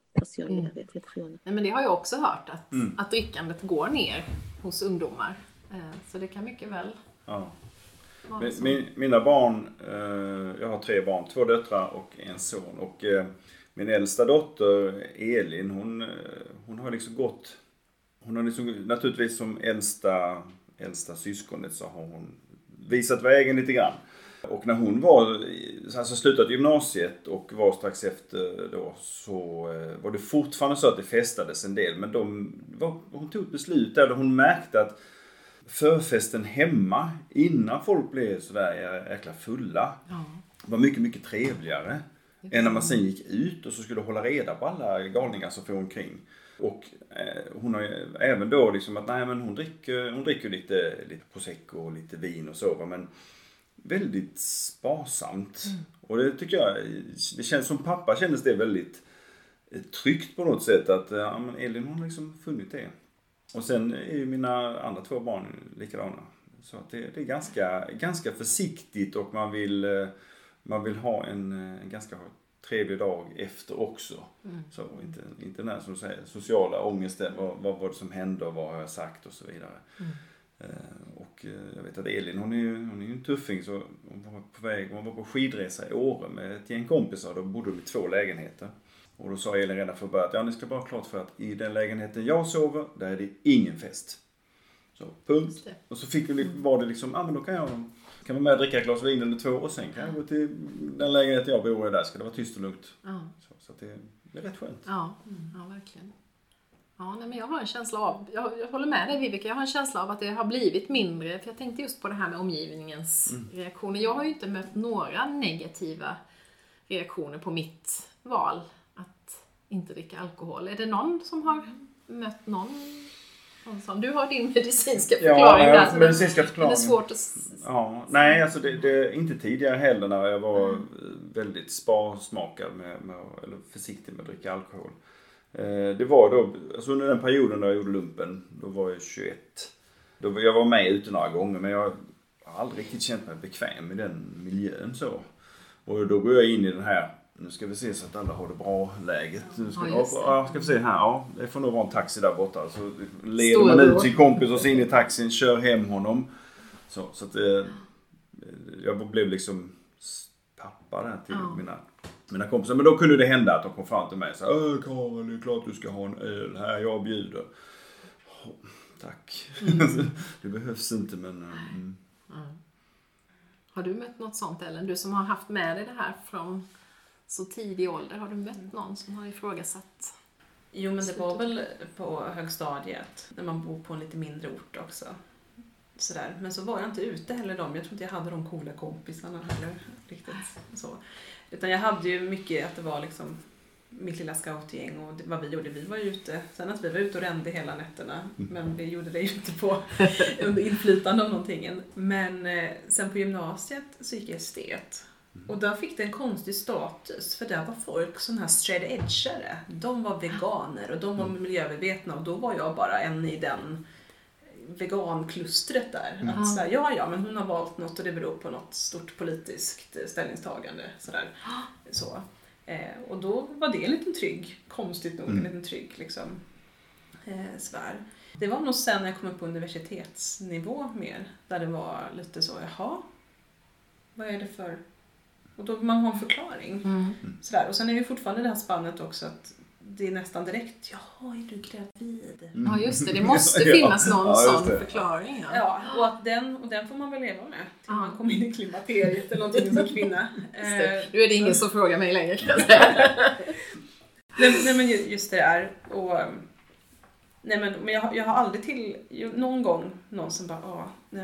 Speaker 3: Fast jag gillar reflektioner.
Speaker 2: Nej, men det har jag också hört att drickandet går ner hos ungdomar. Så det kan mycket väl vara så.
Speaker 5: Mina barn, jag har 3 barn, 2 döttrar och en son. Och min äldsta dotter Elin, hon har liksom gått, hon har liksom, naturligtvis som äldsta syskonet så har hon visat vägen lite grann. Och när hon slutat gymnasiet och var strax efter då, så var det fortfarande så att det festades en del. Men hon tog ett beslut där hon märkte att förfesten hemma innan folk blev sådär jäkla fulla var mycket, mycket trevligare än när man sen gick ut och så skulle hålla reda på alla galningar som får omkring. Och hon har även då liksom att hon dricker lite prosecco och lite vin och så, men väldigt sparsamt. Och det tycker jag, det känns som pappa kändes det väldigt tryggt på något sätt att Elin har liksom funnit det. Och sen är ju mina andra 2 barn likadana. Så att det är ganska försiktigt och man vill ha en ganska trevlig dag efter också. Så inte den här som säger sociala ångesten, vad var det som hände och vad har jag sagt och så vidare. Och jag vet att Elin hon är ju en tuffing, så hon var på skidresa i Åre med ett gäng kompisar. Då bodde de i 2 lägenheter. Och då sa Elin redan från början att ni ska bara klart för att i den lägenheten jag sover, där är det ingen fest. Så punkt. Och så var det liksom, men då kan man med dricka ett glas vin eller 2 och sen kan jag gå till den lägenheten jag bor i, där ska det vara tyst och lugnt. Så att det är rätt skönt.
Speaker 2: Ja, verkligen. Ja, men jag har en känsla av, jag håller med dig Viveka, jag har en känsla av att det har blivit mindre, för jag tänkte just på det här med omgivningens reaktioner. Jag har ju inte mött några negativa reaktioner på mitt val att inte dricka alkohol. Är det någon som har mött någon sån? Du har din medicinska förklaring där.
Speaker 5: Ja, medicinska förklaring.
Speaker 2: Det är svårt att...
Speaker 5: Ja, nej, alltså det inte tidigare heller när jag var väldigt sparsmakad eller försiktig med att dricka alkohol. Det var då, alltså under den perioden när jag gjorde lumpen, då var jag 21. Jag var med ute några gånger, men jag har aldrig riktigt känt mig bekväm i den miljön så. Och då går jag in i den här, nu ska vi se så att alla har det bra läget. Ska vi se här, det får nog vara en taxi där borta. Så leder man ut sin kompis och så in i taxin, kör hem honom. Så att jag blev liksom pappa där till mina kompisar. Men då kunde det hända att de kom fram till mig och sa: Karl, det är klart du ska ha en öl här, jag bjuder. Tack. Det behövs inte, men...
Speaker 2: Har du mött något sånt, Ellen? Du som har haft med dig det här från så tidig ålder, har du mött någon som har ifrågasatt?
Speaker 4: Jo, men det var väl på högstadiet, när man bor på en lite mindre ort också. Sådär. Men så var jag inte ute heller jag tror inte jag hade de coola kompisarna heller riktigt så. Utan jag hade ju mycket att det var liksom mitt lilla scoutgäng och vad vi gjorde, vi var ju ute, sen att vi var ute och rände hela nätterna, men vi gjorde det ju inte på under inflytande av någonting. Men sen på gymnasiet så gick jag estet. Och där fick det en konstig status, för där var folk sådana här straight edgare. De var veganer och de var miljömedvetna, och då var jag bara en i den veganklustret där. Att så här, men hon har valt något och det beror på något stort politiskt ställningstagande. Så. Och då var det en liten trygg, konstigt nog, en liten trygg liksom, sfär. Det var nog sen när jag kom upp på universitetsnivå mer, där det var lite så, vad är det för... Och då man har en förklaring. Sådär. Och sen är det fortfarande det här spannet också att det är nästan direkt, är du gravid?
Speaker 2: Ja, just det. Det måste finnas någon sån förklaring.
Speaker 4: Ja, och att den får man väl leva med till man kommer in i klimakteriet eller någonting som kvinna.
Speaker 2: Nu är det ingen som frågar mig längre, kan jag säga.
Speaker 4: nej, men just det där. Och, men jag har aldrig någon gång någon som bara,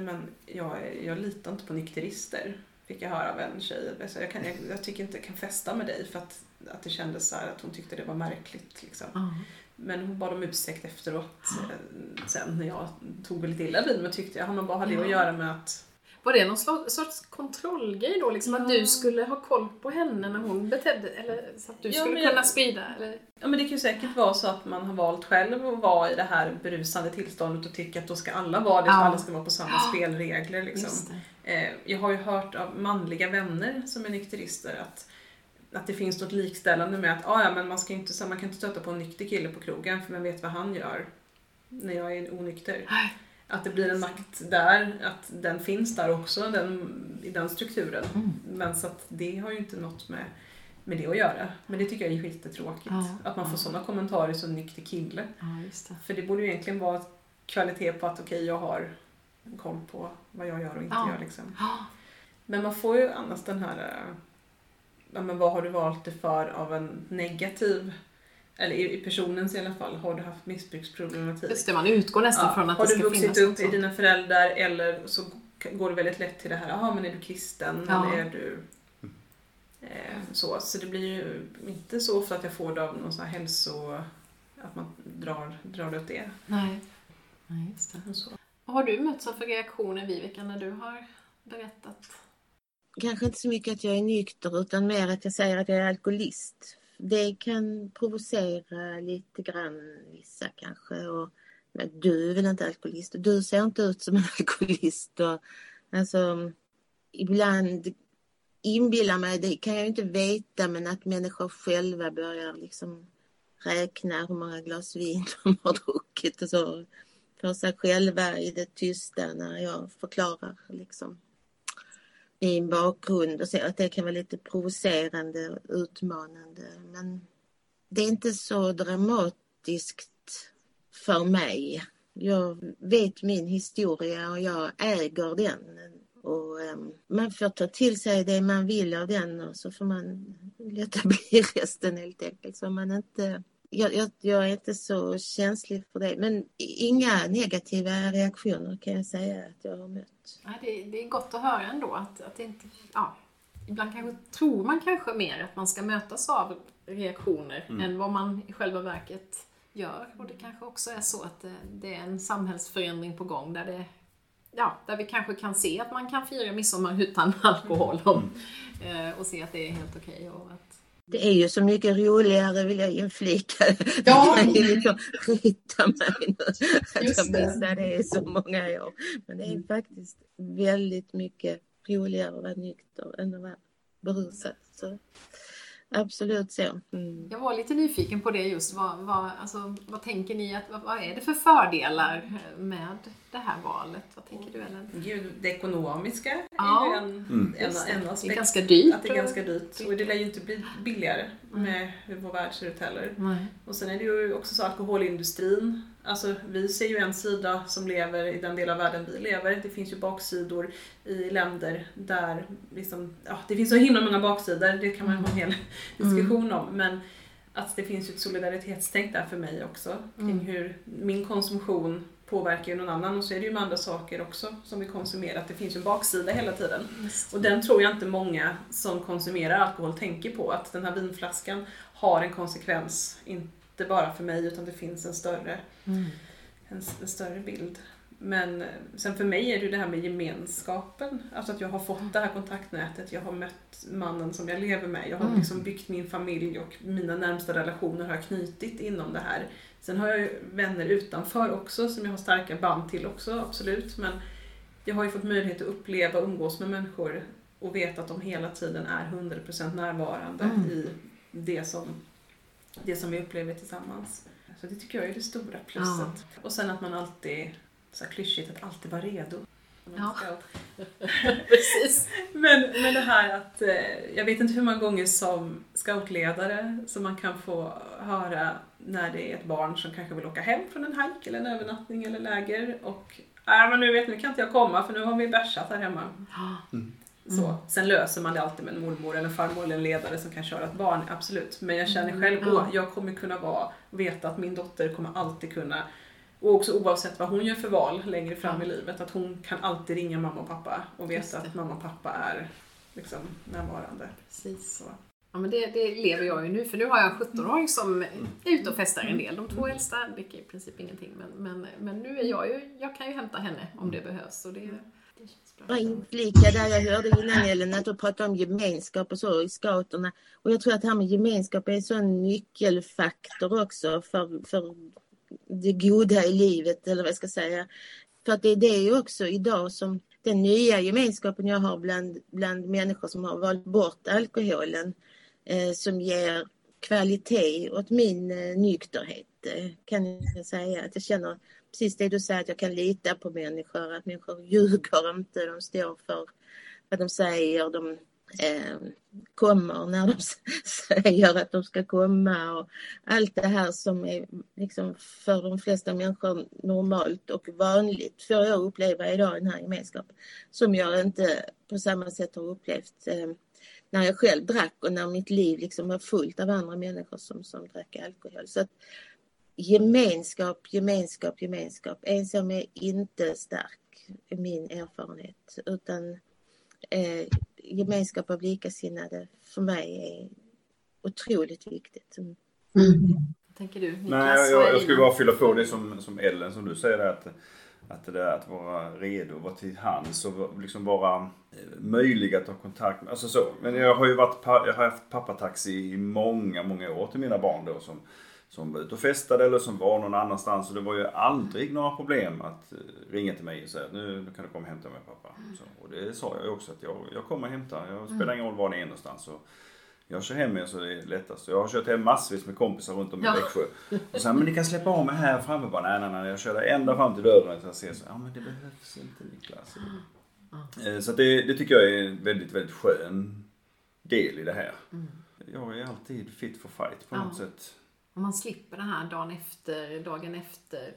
Speaker 4: jag litar inte på nykterister. Fick jag höra av en tjej. Jag tycker inte jag kan festa med dig, för att det kändes så här att hon tyckte det var märkligt. Liksom. Men hon bad om ursäkt efteråt. Sen när jag tog lite illa vid mig, tyckte jag. Han bara hade att göra med att...
Speaker 2: Var det någon sorts kontrollgrej då? Liksom att du skulle ha koll på henne när hon betedde? Eller så att du skulle kunna sprida? Eller?
Speaker 4: Ja, men det kan ju säkert vara så att man har valt själv att vara i det här berusande tillståndet och tycka att då ska alla vara det. Så alla ska vara på samma spelregler. Liksom. Jag har ju hört av manliga vänner som är nykterister att att det finns något likställande med att men man kan inte stöta på en nykter kille på krogen för man vet vad han gör när jag är onykter. Att det blir en makt där, att den finns där också i den strukturen. Men så att det har ju inte något med det att göra. Men det tycker jag är skittråkigt. Att man får sådana kommentarer som nykter kille.
Speaker 2: Just det.
Speaker 4: För det borde ju egentligen vara kvalitet på att jag har koll på vad jag gör och inte gör liksom. Men man får ju annars den här men vad har du valt det för av en negativ, eller i personens i alla fall, har du haft missbruksproblematik?
Speaker 2: Just det, man utgår nästan från att det ska finnas.
Speaker 4: Har du vuxit upp i dina föräldrar eller så går det väldigt lätt till det här, men är du kristen eller är du så det blir ju inte så för att jag får det av någon sån här att man drar åt det.
Speaker 2: Nej, just det. Så. Har du mötts av för reaktioner, Viveka, när du har berättat?
Speaker 3: Kanske inte så mycket att jag är nykter utan mer att jag säger att jag är alkoholist. Det kan provocera lite grann vissa kanske. Men du är väl inte alkoholist? Du ser inte ut som en alkoholist. Alltså, ibland inbillar mig, det kan jag inte veta, men att människor själva börjar liksom räkna hur många glas vin de har druckit och så för sig själva i det tysta när jag förklarar liksom min bakgrund och så att det kan vara lite provocerande och utmanande. Men det är inte så dramatiskt för mig. Jag vet min historia och jag äger den. Och man får ta till sig det man vill av den och så får man låta bli resten helt enkelt. Så man inte, jag är inte så känslig för det. Men inga negativa reaktioner kan jag säga att jag har mött.
Speaker 2: Ja, det är gott att höra ändå att det inte... Ja, ibland kanske tror man kanske mer att man ska mötas av reaktioner än vad man i själva verket gör. Och det kanske också är så att det är en samhällsförändring på gång där vi kanske kan se att man kan fira midsommar utan alkohol och se att det är helt okej. Och att...
Speaker 3: Det är ju så mycket roligare, vill jag inflika. Ja. Det är liksom skita mig nu att jag missade det i så många år. Men det är faktiskt väldigt mycket roligare att vara nykter än att vara berusad. Så absolut så.
Speaker 2: Jag var lite nyfiken på det just. Vad tänker ni vad är det för fördelar med det här valet? Vad tänker du, Ellen?
Speaker 4: Gud, det ekonomiska är ju en aspekt.
Speaker 2: Det är ganska dyrt.
Speaker 4: Att det är ganska dyrt. Och det lär ju inte bli billigare med hur vår värld ser ut heller. Och sen är det ju också så alkoholindustrin. Alltså vi ser ju en sida som lever i den del av världen vi lever. Det finns ju baksidor i länder där liksom, det finns så himla många baksidor. Det kan man ha en hel diskussion om. Men att det finns ju ett solidaritetstänk där för mig också. Kring hur min konsumtion påverkar ju någon annan. Och så är det ju med andra saker också som vi konsumerar. Att det finns ju en baksida hela tiden. Och den tror jag inte många som konsumerar alkohol tänker på. Att den här vinflaskan har en konsekvens. Inte bara för mig utan det finns en större bild. Men sen för mig är det ju det här med gemenskapen. Alltså att jag har fått det här kontaktnätet. Jag har mött mannen som jag lever med. Jag har liksom byggt min familj och mina närmsta relationer har jag knutit inom det här. Sen har jag ju vänner utanför också som jag har starka band till också, absolut. Men jag har ju fått möjlighet att uppleva och umgås med människor och veta att de hela tiden är 100% närvarande i det som vi upplever tillsammans. Så det tycker jag är det stora plusset. Och sen att man alltid, så klyschigt, att alltid vara redo.
Speaker 2: Ja, precis.
Speaker 4: Men det här att, jag vet inte hur många gånger som scoutledare som man kan få höra när det är ett barn som kanske vill åka hem från en hike eller en övernattning eller läger och men nu kan inte jag komma för nu har vi bärsat här hemma. Så. Sen löser man det alltid med en mormor eller en farmor eller en ledare som kan köra ett barn, absolut. Men jag känner själv, jag kommer kunna veta att min dotter kommer alltid kunna, och också oavsett vad hon gör för val längre fram i livet, att hon kan alltid ringa mamma och pappa och veta att mamma och pappa är liksom närvarande.
Speaker 2: Precis så. Ja, men det lever jag ju nu, för nu har jag en 17-åring som är ute och festar en del. De 2 äldsta dricker i princip ingenting, men nu är jag kan ju hämta henne om det behövs, och det känns bra.
Speaker 3: Jag inflika där jag hörde innan, Ellen, att du pratade om gemenskap och så i scouterna, och jag tror att det här med gemenskap är en sån nyckelfaktor också för det goda i livet, eller vad jag ska säga. För att det är ju också idag som den nya gemenskapen jag har bland människor som har valt bort alkoholen. som ger kvalitet åt min nykterhet, kan jag säga. Att jag känner precis det du säger, att jag kan lita på människor, att människor ljuger inte, de står för vad de säger, de kommer när de säger att de ska komma, och allt det här som är liksom för de flesta människor normalt och vanligt får jag uppleva idag i den här gemenskapen, som jag inte på samma sätt har upplevt när jag själv drack och när mitt liv liksom var fullt av andra människor som drack alkohol. Så att gemenskap. Ensam är inte stark i min erfarenhet, utan gemenskap av likasinnade för mig är otroligt viktigt.
Speaker 2: Tänker du, Niklas?
Speaker 5: Nej, jag skulle bara fylla på det som Ellen, som du säger, att det där att vara redo, vara till hands och liksom vara möjlig att ha kontakt med. Alltså så. Men jag har haft pappataxi i många år till mina barn då, som var ute och festade eller som var någon annanstans, och det var ju aldrig några problem att ringa till mig och säga att nu kan du komma och hämta mig, pappa. Så, och det sa jag ju också, att jag kommer och hämtar. Jag spelar ingen roll var ni är någonstans. Så jag kör hem så det är lättast. Jag har kört hem massvis med kompisar runt om i Växjö. Och så men ni kan släppa av mig här framme. Bara, nej. Jag kör ända fram till dörren. Så jag ser så, men det behövs inte, Niklas. Så det tycker jag är en väldigt, väldigt skön del i det här. Jag är alltid fit for fight på något sätt.
Speaker 2: Om man slipper den här dagen efter,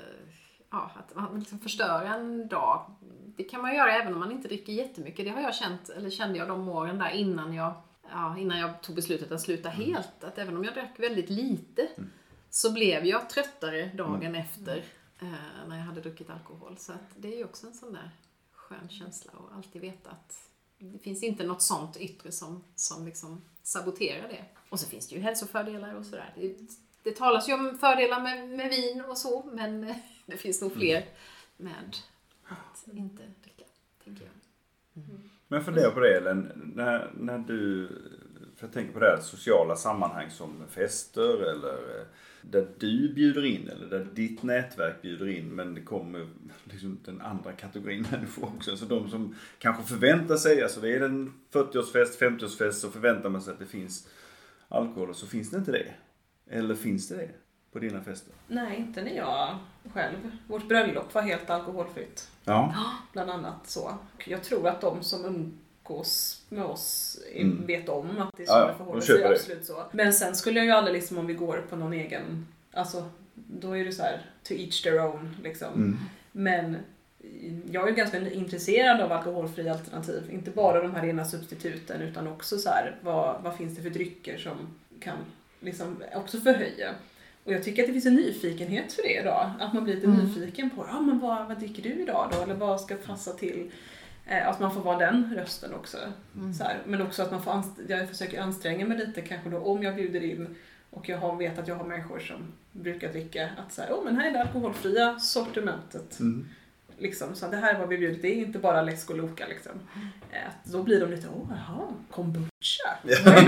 Speaker 2: att man liksom förstör en dag. Det kan man göra även om man inte dricker jättemycket. Det har jag känt, eller kände jag de åren där innan jag tog beslutet att sluta helt. Att även om jag drack väldigt lite så blev jag tröttare dagen efter när jag hade druckit alkohol. Så att det är ju också en sån där skön känsla, och alltid veta att det finns inte något sånt yttre som liksom saboterar det. Och så finns det ju hälsofördelar och sådär. Det talas ju om fördelar med vin och så, men det finns nog fler med att inte dricka, tänker jag.
Speaker 5: Men fundera på det, Ellen, när du, för jag tänker på det här sociala sammanhang som fester eller där du bjuder in eller där ditt nätverk bjuder in, men det kommer liksom den andra kategorin människor också. Alltså de som kanske förväntar sig, alltså det är en 40-årsfest, 50-årsfest, så förväntar man sig att det finns alkohol, och så finns det inte det. Eller finns det på dina fester?
Speaker 4: Nej, inte när jag själv. Vårt bröllop var helt alkoholfritt.
Speaker 5: Ja.
Speaker 4: Bland annat så. Jag tror att de som umgås med oss vet om att det är så det förhåller sig, absolut så. Men sen skulle jag ju aldrig, liksom, om vi går på någon egen, alltså då är det så här to each their own liksom. Men jag är ganska intresserad av alkoholfria alternativ, inte bara de här rena substituten, utan också så här, vad finns det för drycker som kan liksom också förhöja. Och jag tycker att det finns en nyfikenhet för det idag. Att man blir lite nyfiken på, men vad dricker du idag då? Eller vad ska passa till? Att man får vara den rösten också. Så här. Men också att man får jag försöker anstränga mig lite kanske då, om jag bjuder in och jag vet att jag har människor som brukar dricka, att så här, men här är det alkoholfria sortimentet. Liksom, så det här är vad vi bjuder, det är inte bara läsk och loka liksom. Då blir de lite, kombucha.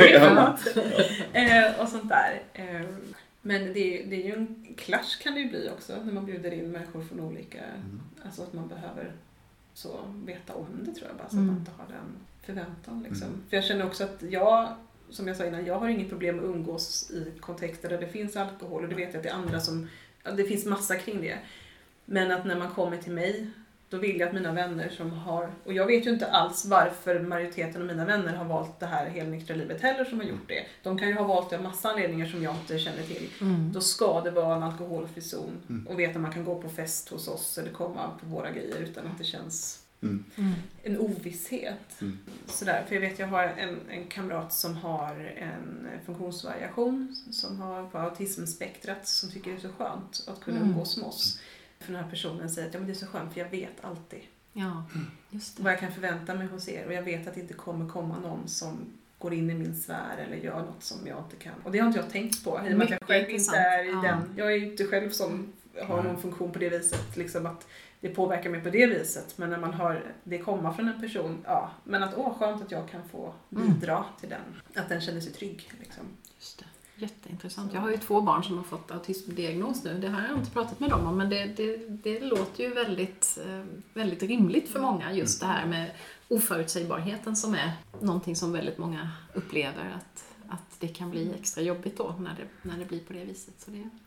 Speaker 4: Och sånt där. Men det är ju en clash, kan det ju bli också, när man bjuder in människor från olika, alltså att man behöver så veta om det, tror jag, bara så att man inte har den förväntan liksom. För jag känner också att som jag sa innan, jag har inget problem att umgås i kontexter där det finns alkohol, och det vet jag att det är andra som, det finns massa kring det. Men att när man kommer till mig, då vill jag att mina vänner som har, och jag vet ju inte alls varför majoriteten av mina vänner har valt det här helnyktra livet heller, som har gjort det. De kan ju ha valt det av massa anledningar som jag inte känner till. Då ska det vara en alkoholfri zon och veta att man kan gå på fest hos oss eller komma på våra grejer utan att det känns en ovisshet. Sådär, för jag vet, jag har en kamrat som har en funktionsvariation, som har på autismspektrat, som tycker det är så skönt att kunna umgås med oss. För den här personen säger att men det är så skönt, för jag vet alltid
Speaker 2: just det.
Speaker 4: Vad jag kan förvänta mig hos er, och jag vet att det inte kommer komma någon som går in i min sfär eller gör något som jag inte kan. Och det har inte jag tänkt på, i och med att jag själv inte är i den. Jag är ju inte själv som har någon funktion på det viset, liksom att det påverkar mig på det viset. Men när man har det komma från en person, men att skönt att jag kan få bidra till den, att den känner sig trygg liksom.
Speaker 2: Just det. Jätteintressant. Jag har ju 2 barn som har fått autismdiagnos nu. Det här har jag inte pratat med dem om, men det låter ju väldigt, väldigt rimligt för många, just det här med oförutsägbarheten, som är någonting som väldigt många upplever, att det kan bli extra jobbigt då när det blir på det viset. Så det,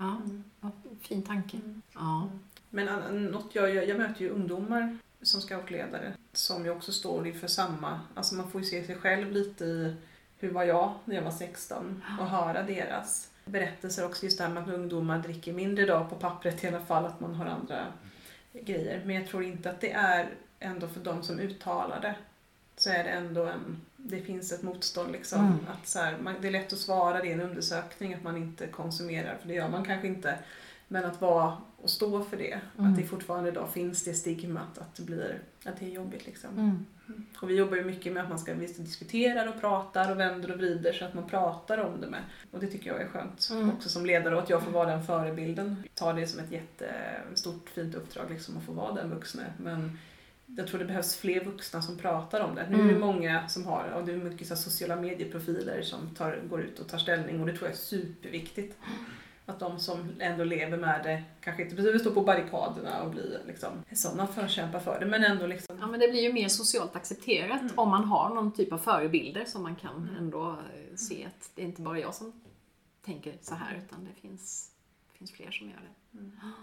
Speaker 2: fin tanke. Ja.
Speaker 4: Men något jag möter ju ungdomar som scoutledare som ju också står inför samma, alltså man får ju se sig själv lite i hur var jag när jag var 16 och höra deras berättelser också, just det här med att ungdomar dricker mindre idag på pappret i alla fall, att man har andra grejer. Men jag tror inte att det är ändå för de som uttalar det, så är det ändå det finns ett motstånd liksom. Att så här, det är lätt att svara det i en undersökning att man inte konsumerar, för det gör man kanske inte. Men att vara och stå för det, att det fortfarande idag finns det stigmat att det är jobbigt liksom. Och vi jobbar ju mycket med att man ska diskutera och prata och vänder och vrider så att man pratar om det med. Och det tycker jag är skönt också som ledare, och att jag får vara den förebilden. Ta det som ett jättestort fint uppdrag liksom, att få vara den vuxna. Men jag tror det behövs fler vuxna som pratar om det. Nu är det många som har, och det är mycket så sociala medieprofiler som går ut och tar ställning, och det tror jag är superviktigt. Att de som ändå lever med det kanske inte behöver stå på barrikaderna och bli liksom sådana förkämpar för det, men ändå liksom.
Speaker 2: Ja, men det blir ju mer socialt accepterat om man har någon typ av förebilder som man kan ändå se att det är inte bara jag som tänker så här, utan det finns fler som gör det.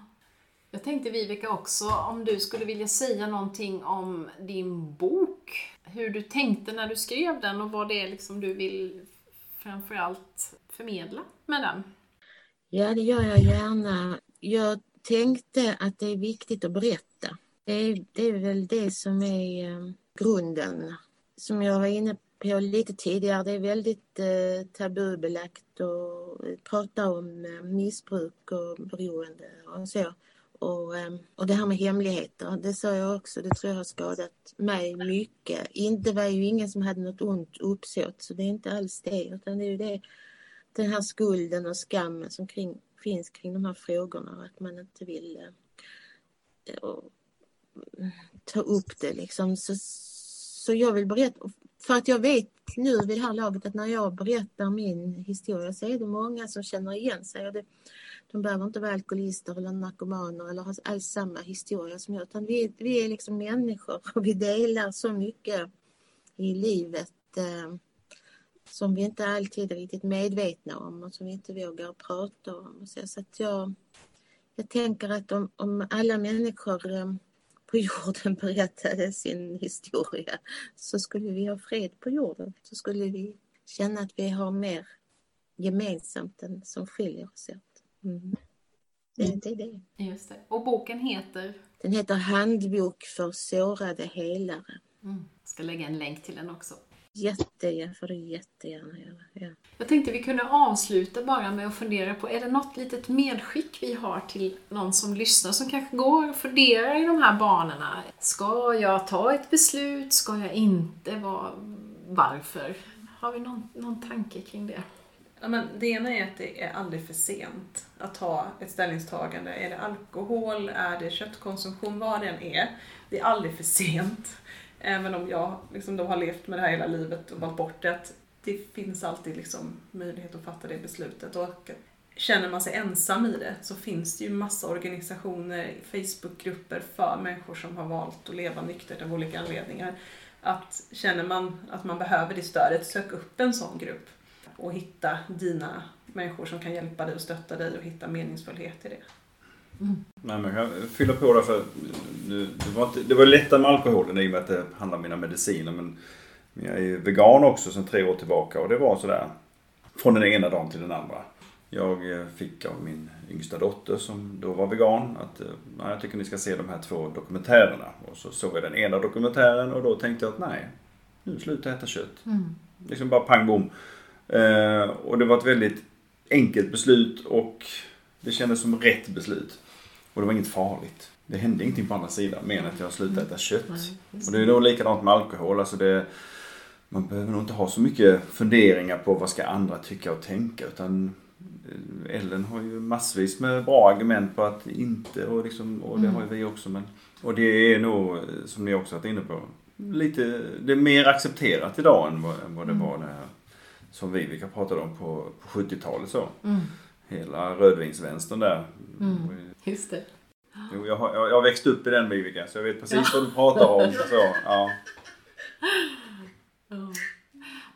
Speaker 2: Jag tänkte, Viveka, också om du skulle vilja säga någonting om din bok, hur du tänkte när du skrev den och vad det är liksom du vill framförallt förmedla med den.
Speaker 3: Ja, det gör jag gärna. Jag tänkte att det är viktigt att berätta. Det är väl det som är grunden. Som jag var inne på lite tidigare, det är väldigt tabubelagt att prata om missbruk och beroende och så. Och det här med hemligheter, det sa jag också, det tror jag har skadat mig mycket. Det var ju ingen som hade något ont uppsåt, så det är inte alls det, utan det är ju det. Den här skulden och skammen som finns kring de här frågorna, att man inte vill ta upp det liksom. Så jag vill berätta, för att jag vet nu vid det här laget att när jag berättar min historia så är det många som känner igen sig. Och de behöver inte vara alkoholister eller narkomaner eller ha alls samma historia som jag, utan vi är liksom människor och vi delar så mycket i livet som vi inte alltid är riktigt medvetna om och som vi inte vågar prata om. Så att jag tänker att om alla människor på jorden berättade sin historia så skulle vi ha fred på jorden. Så skulle vi känna att vi har mer gemensamt än som skiljer oss åt. Det är det.
Speaker 2: Just det. Och boken heter?
Speaker 3: Den heter Handbok för sårade helare.
Speaker 2: Ska lägga en länk till den också.
Speaker 3: Får du jättegärna göra. Ja.
Speaker 2: Jag tänkte vi kunde avsluta bara med att fundera på, är det något litet medskick vi har till någon som lyssnar som kanske går och funderar i de här banorna? Ska jag ta ett beslut? Ska jag inte? Varför? Har vi någon tanke kring det?
Speaker 4: Ja, men det ena är att det är aldrig för sent att ta ett ställningstagande. Är det alkohol? Är det köttkonsumtion? Vad det än är. Det är aldrig för sent. Även om jag liksom då har levt med det här hela livet och valt bort det. Att det finns alltid liksom möjlighet att fatta det beslutet. Och känner man sig ensam i det så finns det ju massa organisationer, Facebookgrupper för människor som har valt att leva nyktert av olika anledningar. Att känner man att man behöver det stödet, sök upp en sån grupp. Och hitta dina människor som kan hjälpa dig och stötta dig och hitta meningsfullhet i det.
Speaker 5: Nej, men jag fyller på det för det var lättare med alkoholen i och med att det handlar om mina mediciner, men jag är ju vegan också sedan 3 år tillbaka och det var sådär från den ena dagen till den andra. Jag fick av min yngsta dotter som då var vegan att jag tycker ni ska se de här 2 dokumentärerna, och så såg jag den ena dokumentären och då tänkte jag att nej, nu slutar jag äta kött. Liksom bara pang bom. Och det var ett väldigt enkelt beslut och det kändes som rätt beslut. Och det var inget farligt. Det hände ingenting på andra sidan mer än att jag slutade äta kött. Och det är nog likadant med alkohol. Alltså man behöver nog inte ha så mycket funderingar på vad ska andra tycka och tänka. Utan Ellen har ju massvis med bra argument på att inte. Och det har ju vi också. Och det är nog, som ni också varit inne på, det är mer accepterat idag än vad det var när som Viveka pratade om på 70-talet så. Hela rödvinsvänstern där.
Speaker 2: Just det.
Speaker 5: Jo, jag har växt upp i den, Viveka, så jag vet precis vad du pratar om. Så, ja.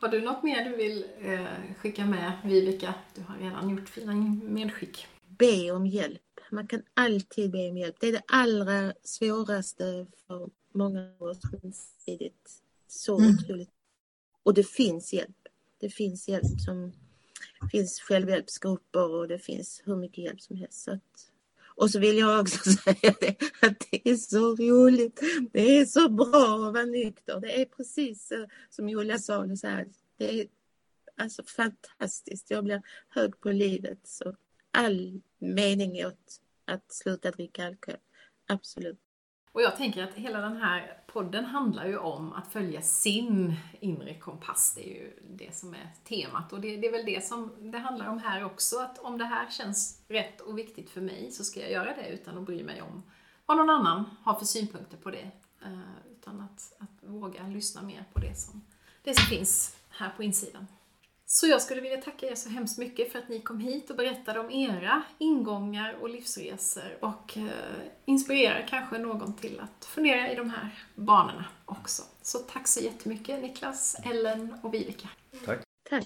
Speaker 2: Har du något mer du vill skicka med, Viveka? Du har redan gjort fina medskick.
Speaker 3: Be om hjälp. Man kan alltid be om hjälp. Det är det allra svåraste för många av oss. Så otroligt. Och det finns hjälp. Det finns hjälp som finns självhjälpsgrupper och det finns hur mycket hjälp som helst. Och så vill jag också säga det, att det är så roligt. Det är så bra att vara nykter. Det är precis som Julia sa. Det är alltså fantastiskt. Jag blir hög på livet. Så all mening åt att sluta dricka alkohol. Absolut.
Speaker 2: Och jag tänker att hela den här podden handlar ju om att följa sin inre kompass. Det är ju det som är temat. Och det är väl det som det handlar om här också. Att om det här känns rätt och viktigt för mig så ska jag göra det utan att bry mig om vad någon annan har för synpunkter på det. Utan att våga lyssna mer på det som finns här på insidan. Så jag skulle vilja tacka er så hemskt mycket för att ni kom hit och berättade om era ingångar och livsresor och inspirerar kanske någon till att fundera i de här banorna också. Så tack så jättemycket Niklas, Ellen och Viveka.
Speaker 5: Tack.
Speaker 3: Tack.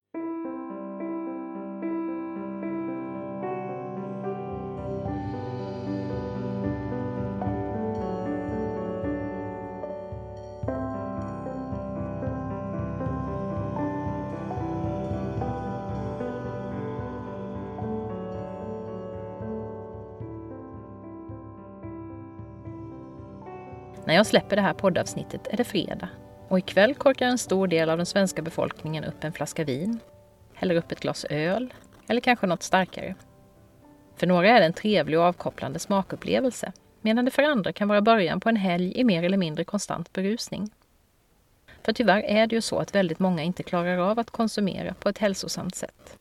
Speaker 1: När jag släpper det här poddavsnittet är det fredag och ikväll korkar en stor del av den svenska befolkningen upp en flaska vin, häller upp ett glas öl eller kanske något starkare. För några är det en trevlig och avkopplande smakupplevelse, medan det för andra kan vara början på en helg i mer eller mindre konstant berusning. För tyvärr är det ju så att väldigt många inte klarar av att konsumera på ett hälsosamt sätt.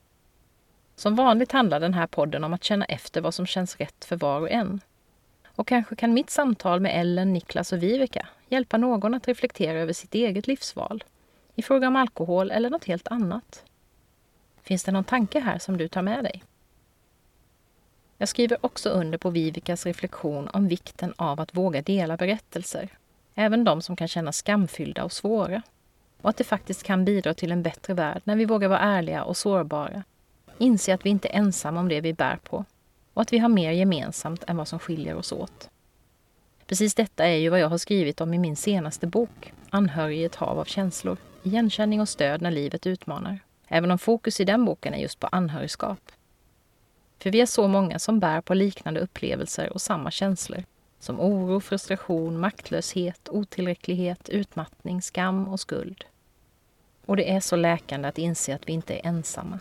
Speaker 1: Som vanligt handlar den här podden om att känna efter vad som känns rätt för var och en. Och kanske kan mitt samtal med Ellen, Niklas och Viveka hjälpa någon att reflektera över sitt eget livsval i fråga om alkohol eller något helt annat. Finns det någon tanke här som du tar med dig? Jag skriver också under på Vivekas reflektion om vikten av att våga dela berättelser, även de som kan kännas skamfyllda och svåra. Och att det faktiskt kan bidra till en bättre värld när vi vågar vara ärliga och sårbara. Inse att vi inte är ensamma om det vi bär på. Och att vi har mer gemensamt än vad som skiljer oss åt. Precis detta är ju vad jag har skrivit om i min senaste bok, Anhörig i ett hav av känslor, igenkänning och stöd när livet utmanar. Även om fokus i den boken är just på anhörigskap. För vi är så många som bär på liknande upplevelser och samma känslor. Som oro, frustration, maktlöshet, otillräcklighet, utmattning, skam och skuld. Och det är så läkande att inse att vi inte är ensamma.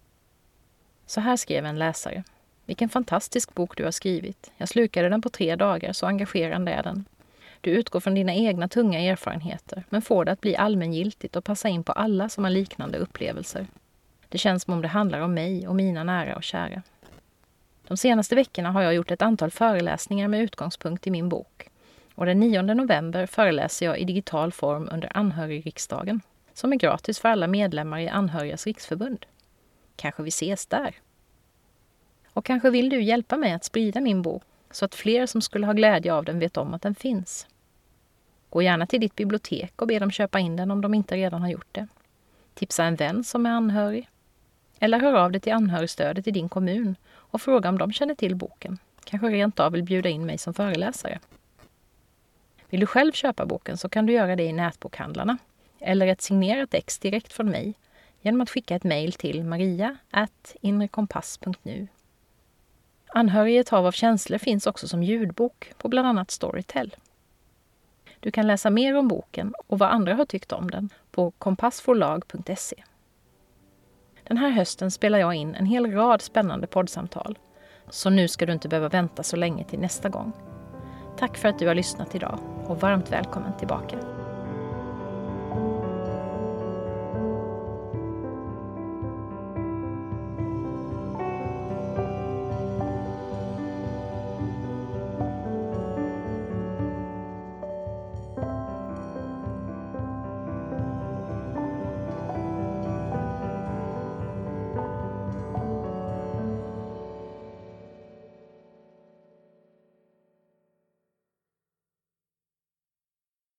Speaker 1: Så här skrev en läsare. Vilken fantastisk bok du har skrivit. Jag slukade den på 3 dagar, så engagerande är den. Du utgår från dina egna tunga erfarenheter, men får det att bli allmängiltigt och passa in på alla som har liknande upplevelser. Det känns som om det handlar om mig och mina nära och kära. De senaste veckorna har jag gjort ett antal föreläsningar med utgångspunkt i min bok. Och den 9 november föreläser jag i digital form under Anhörigriksdagen, som är gratis för alla medlemmar i Anhörigas riksförbund. Kanske vi ses där. Och kanske vill du hjälpa mig att sprida min bok så att fler som skulle ha glädje av den vet om att den finns. Gå gärna till ditt bibliotek och be dem köpa in den om de inte redan har gjort det. Tipsa en vän som är anhörig. Eller hör av dig till anhörigstödet i din kommun och fråga om de känner till boken. Kanske rent av vill bjuda in mig som föreläsare. Vill du själv köpa boken så kan du göra det i nätbokhandlarna eller ett signerat ex direkt från mig genom att skicka ett mejl till maria@inrekompass.nu. Anhörig i ett hav av känslor finns också som ljudbok på bland annat Storytel. Du kan läsa mer om boken och vad andra har tyckt om den på kompassforlag.se. Den här hösten spelar jag in en hel rad spännande poddsamtal, så nu ska du inte behöva vänta så länge till nästa gång. Tack för att du har lyssnat idag och varmt välkommen tillbaka.